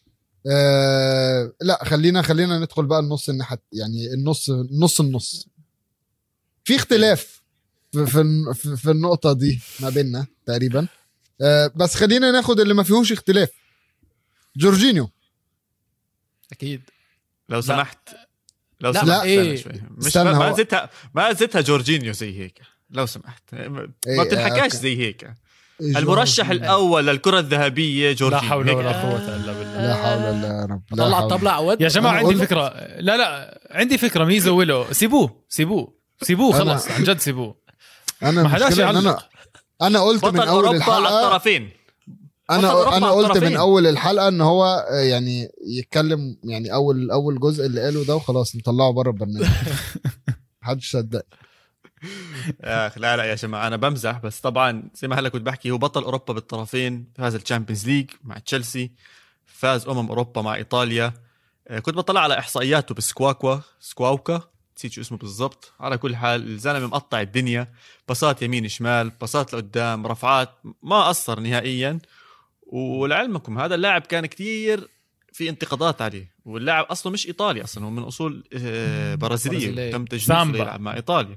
لا خلينا ندخل بقى النص الناحيه، يعني النص في اختلاف في النقطه دي ما بيننا تقريبا. بس خلينا ناخد اللي ما فيهوش اختلاف. جورجينيو اكيد لو سمحت. لو سمحت إيه؟ مش ما زدتها جورجينيو زي هيك لو سمحت. ما بتنحكاش زي هيك. المرشح الاول للكره الذهبيه جورجينيو. لا حول ولا قوه الا بالله. لا حول ولا يا رب. طلع الطبلة عواد يا جماعه. عندي فكره. لا عندي فكره. ميزو ويلو سيبوه خلص عن جد سيبوه. انا ما حداش المشكله ان يعلق. انا قلت بطل من اول اوروبا على الحلقه، الطرفين. بطل أوروبا انا على قلت الطرفين. من اول الحلقه ان هو يعني يتكلم، يعني اول جزء اللي قاله ده وخلاص نطلعه بره البرنامج. محدش صدق. لا لا يا جماعه انا بمزح، بس طبعا زي ما هلا كنت بحكي هو بطل اوروبا بالطرفين، فاز الشامبيونز ليج مع تشيلسي، فاز اوروبا مع ايطاليا. كنت بطلع على احصائياته سكواوكا نسيت شو اسمه بالضبط. على كل حال الزلمه مقطع الدنيا، باصات يمين شمال، باصات لقدام، رفعات، ما قصر نهائيا. ولعلمكم هذا اللاعب كان كتير في انتقادات عليه، واللاعب اصلا مش ايطالي، اصلا هو من اصول برازيليه، تم تجنيسه يلعب مع ايطاليا.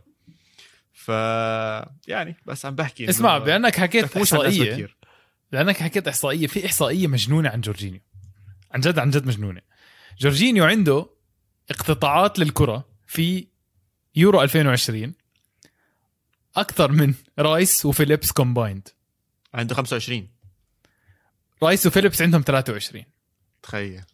يعني بس عم بحكي اسمع، بانك حكيت احصائيه، كتير. لانك حكيت احصائيه، في احصائيه مجنونه عن جورجينيو، عن جد مجنونه. جورجينيو عنده اقتطاعات للكره في يورو 2020 اكثر من رايس وفيليبس كومبايند. عنده 25. رايس وفيليبس عندهم 23. تخيل.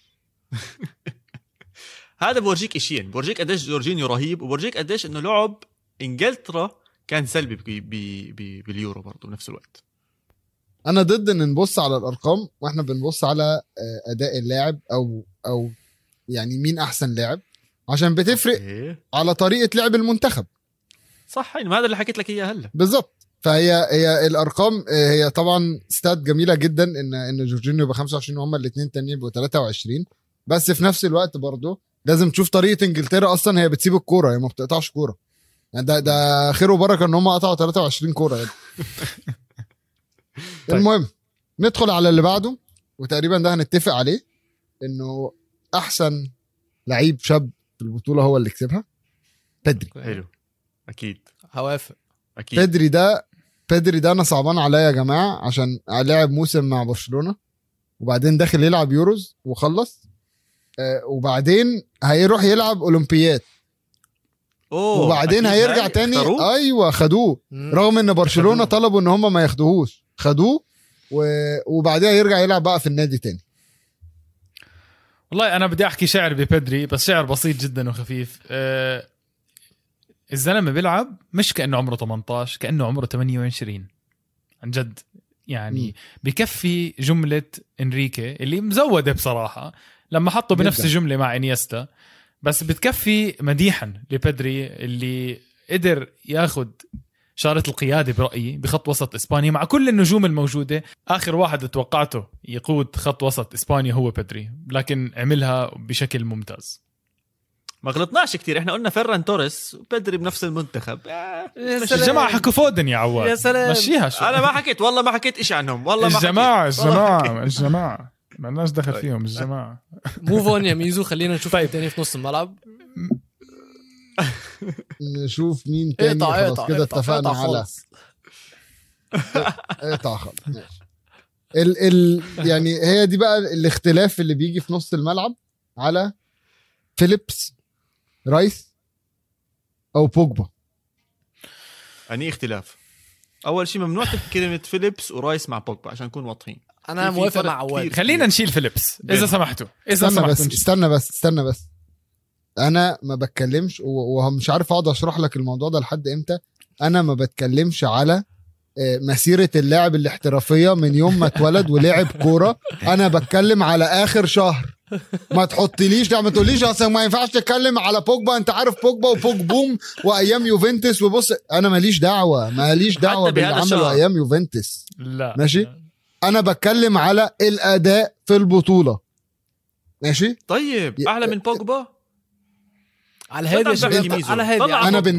هذا بورجيك اشيين، بورجيك قديش جورجينيو رهيب، وبورجيك قديش انه لعب انجلترا كان سلبي باليورو برضه بنفس الوقت. انا ضد ان نبص على الارقام واحنا بنبص على اداء اللاعب او يعني مين احسن لاعب، عشان بتفرق على طريقه لعب المنتخب. صح، يعني هذا اللي حكيت لك اياه هلا بالظبط. فهي الارقام هي طبعا ستات جميله جدا ان جورجينيو يبقى 25 وهم الاثنين التانيين يبقوا 23، بس في نفس الوقت برضه لازم تشوف طريقه انجلترا. اصلا هي بتسيب الكوره، هي ما بتقطعش كوره. يعني ده خير وبركه ان هم قطعوا 23 كوره يعني. المهم ندخل على اللي بعده، وتقريبا ده هنتفق عليه انه احسن لعيب شاب في البطوله هو اللي كسبها، بيدري. حلو، اكيد هوافق. اكيد. بيدري ده انا صعبان عليا يا جماعه، عشان لعب موسم مع برشلونه وبعدين داخل يلعب يوروز وخلص، وبعدين هيروح يلعب اولمبيات، وبعدين هيرجع تاني. ايوه خدوه، رغم ان برشلونه طلبوا ان هم ما ياخدوهوش، خدوه وبعدها يرجع يلعب بقى في النادي تاني. والله انا بدي احكي شعر ببيدري، بس شعر بسيط جدا وخفيف. الزلمه بيلعب مش كانه عمره 18، كانه عمره 28 عن جد. يعني بكفي جمله انريكي اللي مزوده بصراحه لما حطه بنفس الجمله مع انيستا، بس بتكفي مديحا لبيدري اللي قدر ياخد شارة القيادة برأيي بخط وسط إسبانيا مع كل النجوم الموجودة. آخر واحد توقعته يقود خط وسط إسبانيا هو بيدري، لكن عملها بشكل ممتاز. ما غلطناش كتير، احنا قلنا فيران توريس وبيدري بنفس المنتخب. الجماعة حكوا فودن يا عواد، يا سلام. مشيها شو. انا ما حكيت، والله ما حكيت إشي عنهم، والله ما الجماعة ما لناش دخل فيهم الجماعة. موف اون يا ميزو، خلينا نشوف تاني في نص الملعب. نشوف مين تاني. خلاص كده اتفقنا على اقطع خالص. يعني هي دي بقى الاختلاف اللي بيجي في نص الملعب على فيليبس، رايس او بوجبا. أني اختلاف. اول شيء ممنوع كلمه فيليبس ورايس مع بوجبا عشان نكون واضحين. انا موافق مع عواد. خلينا نشيل فيليبس اذا سمحتوا. استنى بس انا ما بتكلمش ومش عارف اقعد اشرح لك الموضوع ده لحد امتى. انا ما بتكلمش على مسيرة اللاعب الاحترافية من يوم ما اتولد ولعب كورة. انا بتكلم على اخر شهر. ما تحطليش، ما تقوليش اصلا ما ينفعش تتكلم على بوجبا، انت عارف بوجبا وبوج بوم وايام يوفنتوس. وبص انا ماليش دعوة باللي عمله ايام يوفنتوس. لا ماشي، انا بتكلم على الاداء في البطولة. ماشي طيب اعلى من بوجبا على هادي على هادي.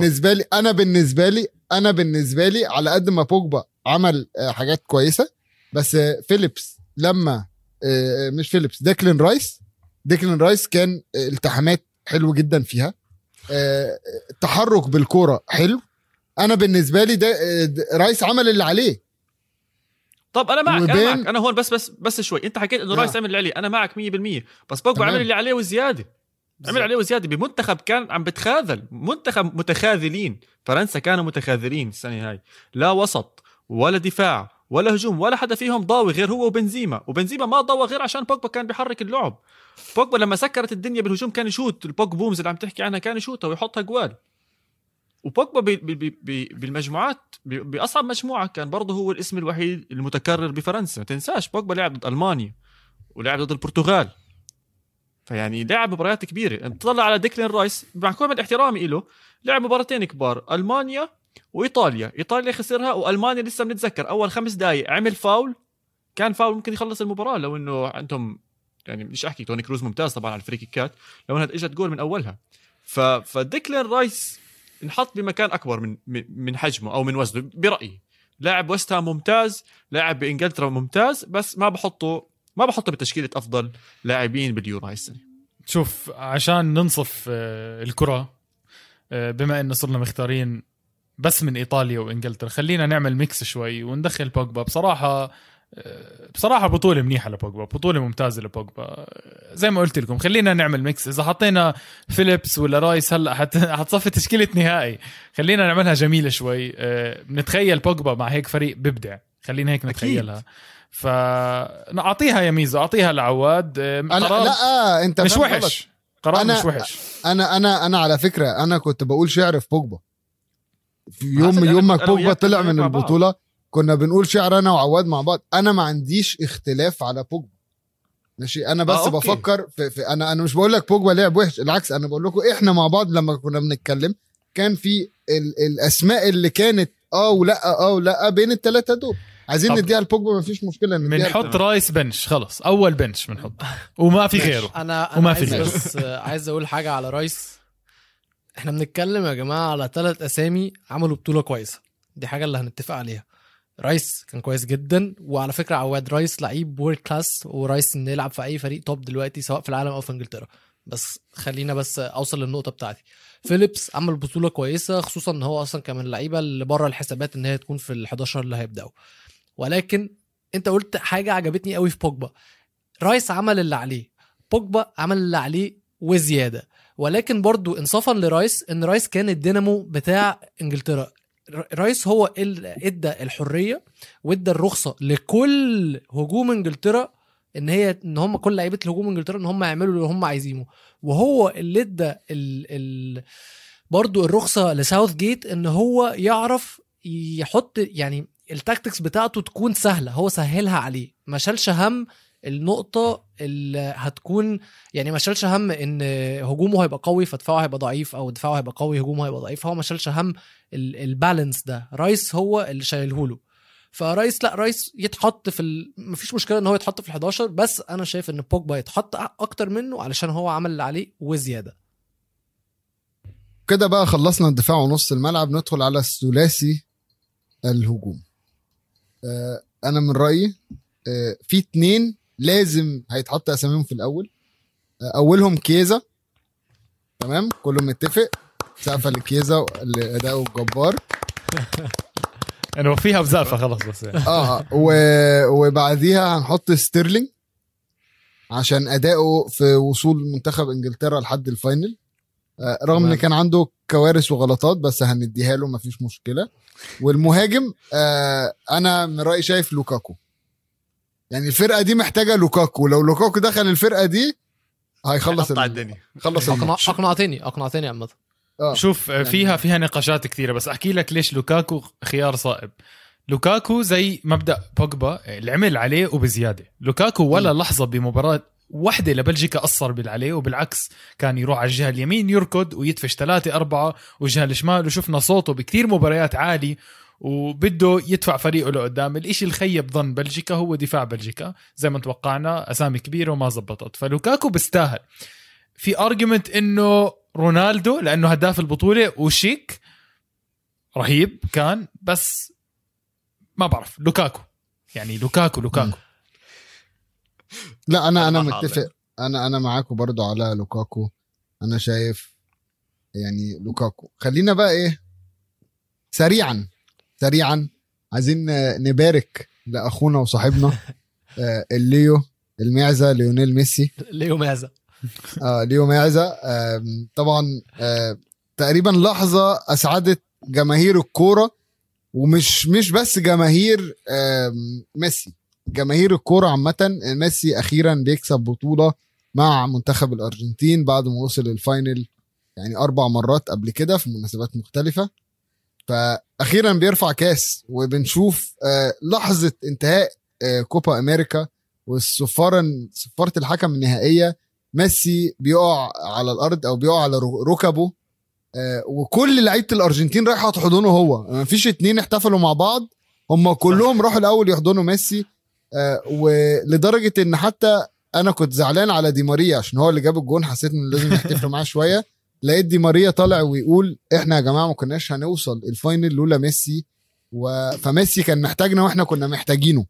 انا بالنسبه لي على قد ما بوجبا عمل حاجات كويسه، بس فيليبس لما مش فيليبس ديكلين رايس كان التحامات حلو جدا فيها، تحرك بالكوره حلو. انا بالنسبه لي ده رايس عمل اللي عليه. طب انا معك انا هون بس شوي. انت حكيت انه رايس عمل اللي عليه، انا معك 100%، بس بوجبا عمل اللي عليه وزياده. عمل عليه وزياده بمنتخب كان عم بتخاذل، منتخب متخاذلين. فرنسا كانوا متخاذلين السنه هاي، لا وسط ولا دفاع ولا هجوم، ولا حدا فيهم ضاوي غير هو وبنزيما ما ضاوى غير عشان بوجبا كان بيحرك اللعب. بوجبا لما سكرت الدنيا بالهجوم كان يشوت، البوج بومز اللي عم تحكي عنها كان يشوتها ويحطها جوال. وبوجبا بالمجموعات باصعب مجموعه كان برضه هو الاسم الوحيد المتكرر بفرنسا. ما تنساش بوجبا لعب ضد المانيا ولعب ضد البرتغال، فيعني لعب مباريات كبيره. تطلع على ديكلان رايس مع كل احترامي له، لعب مباراتين كبار، المانيا وايطاليا. ايطاليا خسرها، والمانيا لسه بنتذكر اول 5 دقائق عمل فاول، كان فاول ممكن يخلص المباراه لو انه عندهم يعني مش احكي توني كروز ممتاز طبعا على الفري كيكات، لو انها اجت جول من اولها. فديكلان رايس انحط بمكان اكبر من حجمه او من وزنه برايي. لاعب ويست هام ممتاز، لاعب بانجلترا ممتاز، بس ما بحطه بتشكيله افضل لاعبين باليورو هاي السنه. شوف، عشان ننصف الكره، بما ان صرنا مختارين بس من ايطاليا وانجلترا، خلينا نعمل ميكس شوي وندخل بوجبا. بصراحه بطوله منيحه لبوجبا، بطوله ممتازه لبوجبا. زي ما قلت لكم خلينا نعمل ميكس. اذا حطينا فيليبس ولا رايس هلا حتصفي تشكيله نهائي. خلينا نعملها جميله شوي، نتخيل بوجبا مع هيك فريق ببدع. خلينا هيك نتخيلها. فنعطيها يا ميزو، اعطيها لعواد. لا انت مش وحش، قرار مش وحش. انا على فكره انا كنت بقول شعر في بوجبا في يوم ما بوجبا طلع من البطوله، كنا بنقول شعر انا وعواد مع بعض. انا ما عنديش اختلاف على بوجبا، ماشي. انا بس بفكر في انا مش بقول لك بوجبا لعب وحش، العكس. انا بقول لكم احنا مع بعض لما كنا بنتكلم كان في الاسماء اللي كانت ولا بين الثلاثه دول. عايزين نديها لبوجبا، ما فيش مشكله. بنحط رايس بنش، خلص اول بنش بنحط وما في غيره. انا بس عايز اقول حاجه على رايس. احنا بنتكلم يا جماعه على 3 اسامي عملوا بطوله كويسه، دي حاجه اللي هنتفق عليها. رايس كان كويس جدا، وعلى فكره عواد رايس لعيب وورد كلاس، ورايس انه يلعب في اي فريق توب دلوقتي سواء في العالم او في انجلترا. بس خلينا بس اوصل للنقطه بتاعتي. فيليبس عمل بطوله كويسه، خصوصا ان هو اصلا كان من اللعيبه اللي بره الحسابات ان هي تكون في ال11 اللي هيبداوا. ولكن انت قلت حاجه عجبتني قوي في بوجبا. رايس عمل اللي عليه، بوجبا عمل اللي عليه وزياده. ولكن برضو انصافا لرايس، ان رايس كان الدينامو بتاع انجلترا. رايس هو اللي ادى الحريه وادى الرخصه لكل هجوم انجلترا ان هم كل لعيبه الهجوم انجلترا ان هم يعملوا اللي هم عايزينه. وهو اللي ادى برضو الرخصه لساوث جيت ان هو يعرف يحط يعني التاكتكس بتاعته تكون سهله. هو سهلها عليه، ما شالش هم النقطه اللي هتكون يعني ما شالش هم ان هجومه هيبقى قوي فدفاعه هيبقى ضعيف، او دفاعه هيبقى قوي هجومه هيبقى ضعيف. هو ما شالش هم البالانس ده، رايس هو اللي شايله له. فرايس لا، رايس يتحط في مفيش مشكله ان هو يتحط في ال11، بس انا شايف ان بوجبا يتحط اكتر منه علشان هو عمل اللي عليه وزياده. كده بقى خلصنا الدفاع ونص الملعب، ندخل على الثلاثي الهجوم. انا من رايي في 2 لازم هيتحط اساميهم في الاول. اولهم كيزا، تمام، كله متفق، سقفه لكيزا الاداء الجبار. انا فيها بزافه خلاص بس يعني. وبعديها هنحط ستيرلينج عشان اداؤه في وصول منتخب انجلترا لحد الفاينل، رغم ان كان عنده كوارث وغلطات، بس هنديها له مفيش مشكله. والمهاجم انا من رايي شايف لوكاكو. يعني الفرقه دي محتاجه لوكاكو، لو لوكاكو دخل الفرقه دي هيخلص الدنيا. خلص اقنعتني عامه. شوف فيها نقاشات كثيره، بس احكي لك ليش لوكاكو خيار صائب. لوكاكو زي مبدا بوجبا اللي عمل عليه وبزياده. لوكاكو ولا لحظه بمباراه واحدة لبلجيكا قصر بالعليه، وبالعكس كان يروح على الجهة اليمين يركض ويدفش 3-4 والجهة الشمال، وشفنا صوته بكتير مباريات عالي وبده يدفع فريقه لقدام. الاشي الخيب ظن بلجيكا هو دفاع بلجيكا، زي ما توقعنا أسامي كبيرة وما زبطت. فلوكاكو بيستاهل. في أرجمنت إنه رونالدو لأنه هداف البطولة وشيك رهيب كان، بس ما بعرف لوكاكو يعني لوكاكو لا انا متفق، انا معاكم برضو على لوكاكو. انا شايف يعني لوكاكو. خلينا بقى ايه سريعا عايزين نبارك لاخونا وصاحبنا الليو المعزة ليونيل ميسي. ليو معزة طبعا تقريبا لحظة اسعدت جماهير الكورة، ومش بس جماهير ميسي، جماهير الكورة عامة. ميسي أخيرا بيكسب بطولة مع منتخب الأرجنتين بعد ما وصل الفاينل يعني 4 مرات قبل كده في مناسبات مختلفة. فأخيرا بيرفع كاس وبنشوف لحظة انتهاء كوبا أمريكا صفارة الحكم النهائية. ميسي بيقع على الأرض أو بيقع على ركبه، وكل لعيبة الأرجنتين رايحة تحضنه هو. ما فيش 2 احتفلوا مع بعض، هم كلهم راحوا الأول يحضنوا ميسي. ولدرجة إن حتى أنا كنت زعلان على دي ماريا عشان هو اللي جاب الجون، حسيت إن لازم يحتفلوا معاه شوية. لقيت دي ماريا طالع ويقول إحنا يا جماعة ما كناش هنوصل الفاينل لولا ميسي، فميسي كان محتاجنا وإحنا كنا محتاجينه.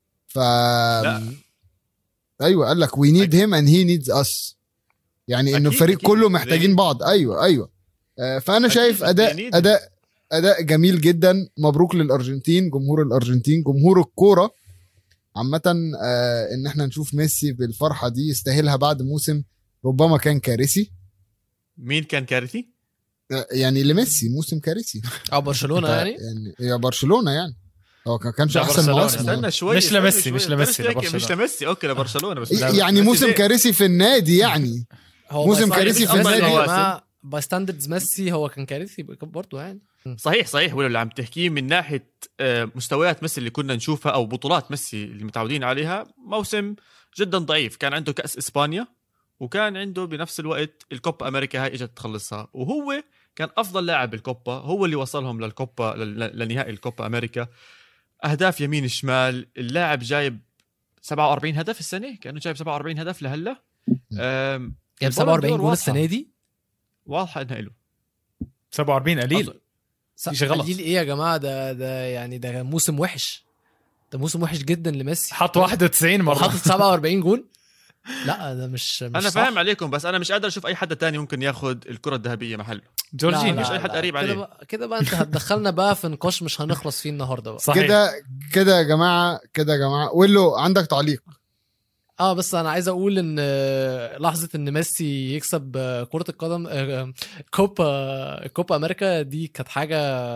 أيوة قال لك we need him and he needs us، يعني إنه الفريق كله محتاجين بعض. أيوة. فأنا شايف أداء جميل جدا. مبروك للأرجنتين، جمهور الأرجنتين، جمهور الكورة عامة. إن احنا نشوف ميسي بالفرحة دي يستاهلها بعد موسم ربما كان كارثي. مين كان كارثي؟ يعني لميسي موسم كارثي. برشلونة يعني يا برشلونة يعني هو كانش أحسن موسم. استنى شوي، مش لميسي أوكي لبرشلونة بس يعني موسم كارثي في النادي، يعني موسم كارثي في النادي. باي ستاندردز ميسي هو كان كارثي برضه يعني. صحيح ولا اللي عم تحكيه من ناحية مستويات ميسي اللي كنا نشوفها أو بطولات ميسي اللي متعودين عليها، موسم جدا ضعيف. كان عنده كأس إسبانيا وكان عنده بنفس الوقت الكوبا أمريكا هاي إجت تخلصها، وهو كان أفضل لاعب بالكوبا، هو اللي وصلهم للكوبا لنهائي الكوبا أمريكا. أهداف يمين الشمال، اللاعب جايب 47 هدف السنة، كأنه جايب 47 هدف لهلا. جايب 47 جول السنة دي، واضحة إنها له 47 قليل. شيء غلط. قليل ايه يا جماعه؟ ده يعني ده موسم وحش، ده موسم وحش جدا لميسي. حط 91 مره، حط 47 جول. لا ده مش انا صح. فاهم عليكم، بس انا مش قادر اشوف اي حد تاني ممكن ياخد الكره الذهبيه محله. جورجينيو مش اي حد قريب عليه. كده بقى انت هتدخلنا بقى في نقاش مش هنخلص فيه النهارده بقى. صحيح. كده يا جماعه ولو عندك تعليق؟ بس انا عايز اقول ان لحظه ان ميسي يكسب كره القدم كوبا امريكا دي كانت حاجه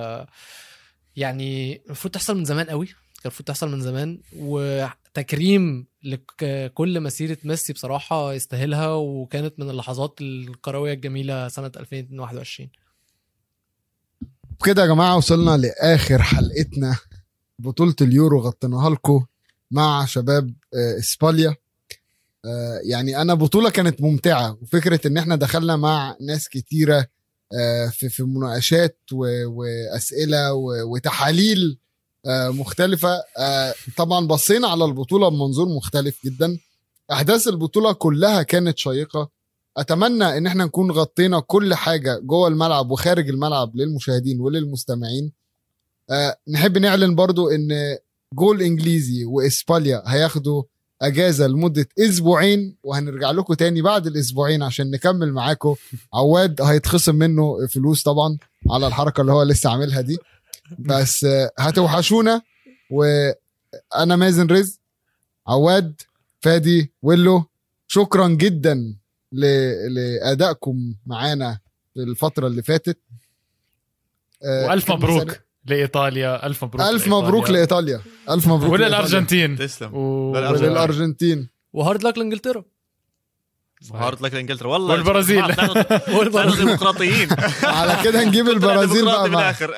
يعني المفروض تحصل من زمان قوي، كان المفروض تحصل من زمان، وتكريم لكل مسيره ميسي بصراحه يستاهلها، وكانت من اللحظات الكرويه الجميله سنه 2021. كده يا جماعه وصلنا لاخر حلقتنا، بطوله اليورو غطيناها لكم مع شباب اسبانيا. يعني انا بطولة كانت ممتعة، وفكرة ان احنا دخلنا مع ناس كتيرة في مناقشات واسئلة وتحاليل مختلفة. طبعا بصينا على البطولة بمنظور مختلف جدا. احداث البطولة كلها كانت شيقة. اتمنى ان احنا نكون غطينا كل حاجة جوه الملعب وخارج الملعب للمشاهدين وللمستمعين. نحب نعلن برضو ان جول انجليزي واسبانيا هياخدوا اجازه لمده اسبوعين، وهنرجع لكم تاني بعد الاسبوعين عشان نكمل معاكم. عواد هيتخصم منه فلوس طبعا على الحركه اللي هو لسه عاملها دي، بس هتوحشونا. وانا مازن رزق، عواد، فادي، ويلو، شكرا جدا لادائكم معانا في الفتره اللي فاتت. والف مبروك لإيطاليا، ألف مبروك. ألف مبروك لإيطاليا، ألف مبروك وللأرجنتين. تسلم. وللأرجنتين، وهارد لك لإنجلترا، وهارد لك لإنجلترا والله. والبرازيل. والبرازيل ديمقراطيين. على كده نجيب البرازيل بقى بالآخر.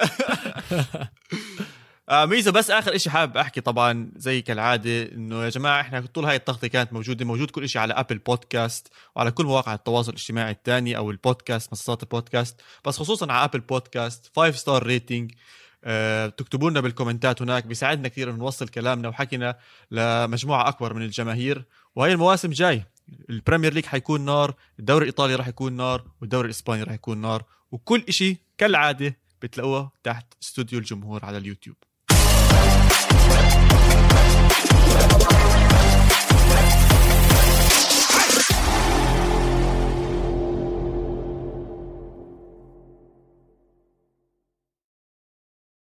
ميزة بس آخر إشي حابب أحكي، طبعا زي كالعادة إنه يا جماعة إحنا طول هاي التغطية كانت موجود كل إشي على أبل بودكاست وعلى كل مواقع التواصل الاجتماعي الثاني أو البودكاست، منصات البودكاست، بس خصوصا على أبل بودكاست 5 ستار ريتنج. تكتبوا لنا بالكومنتات هناك، بيساعدنا كثير نوصل كلامنا وحكينا لمجموعة أكبر من الجماهير. وهي المواسم جاي، البريمير ليج حيكون نار، الدوري الإيطالي راح يكون نار، والدوري الإسباني راح يكون نار، وكل إشي كالعادة بتلاقوه تحت استوديو الجمهور على اليوتيوب.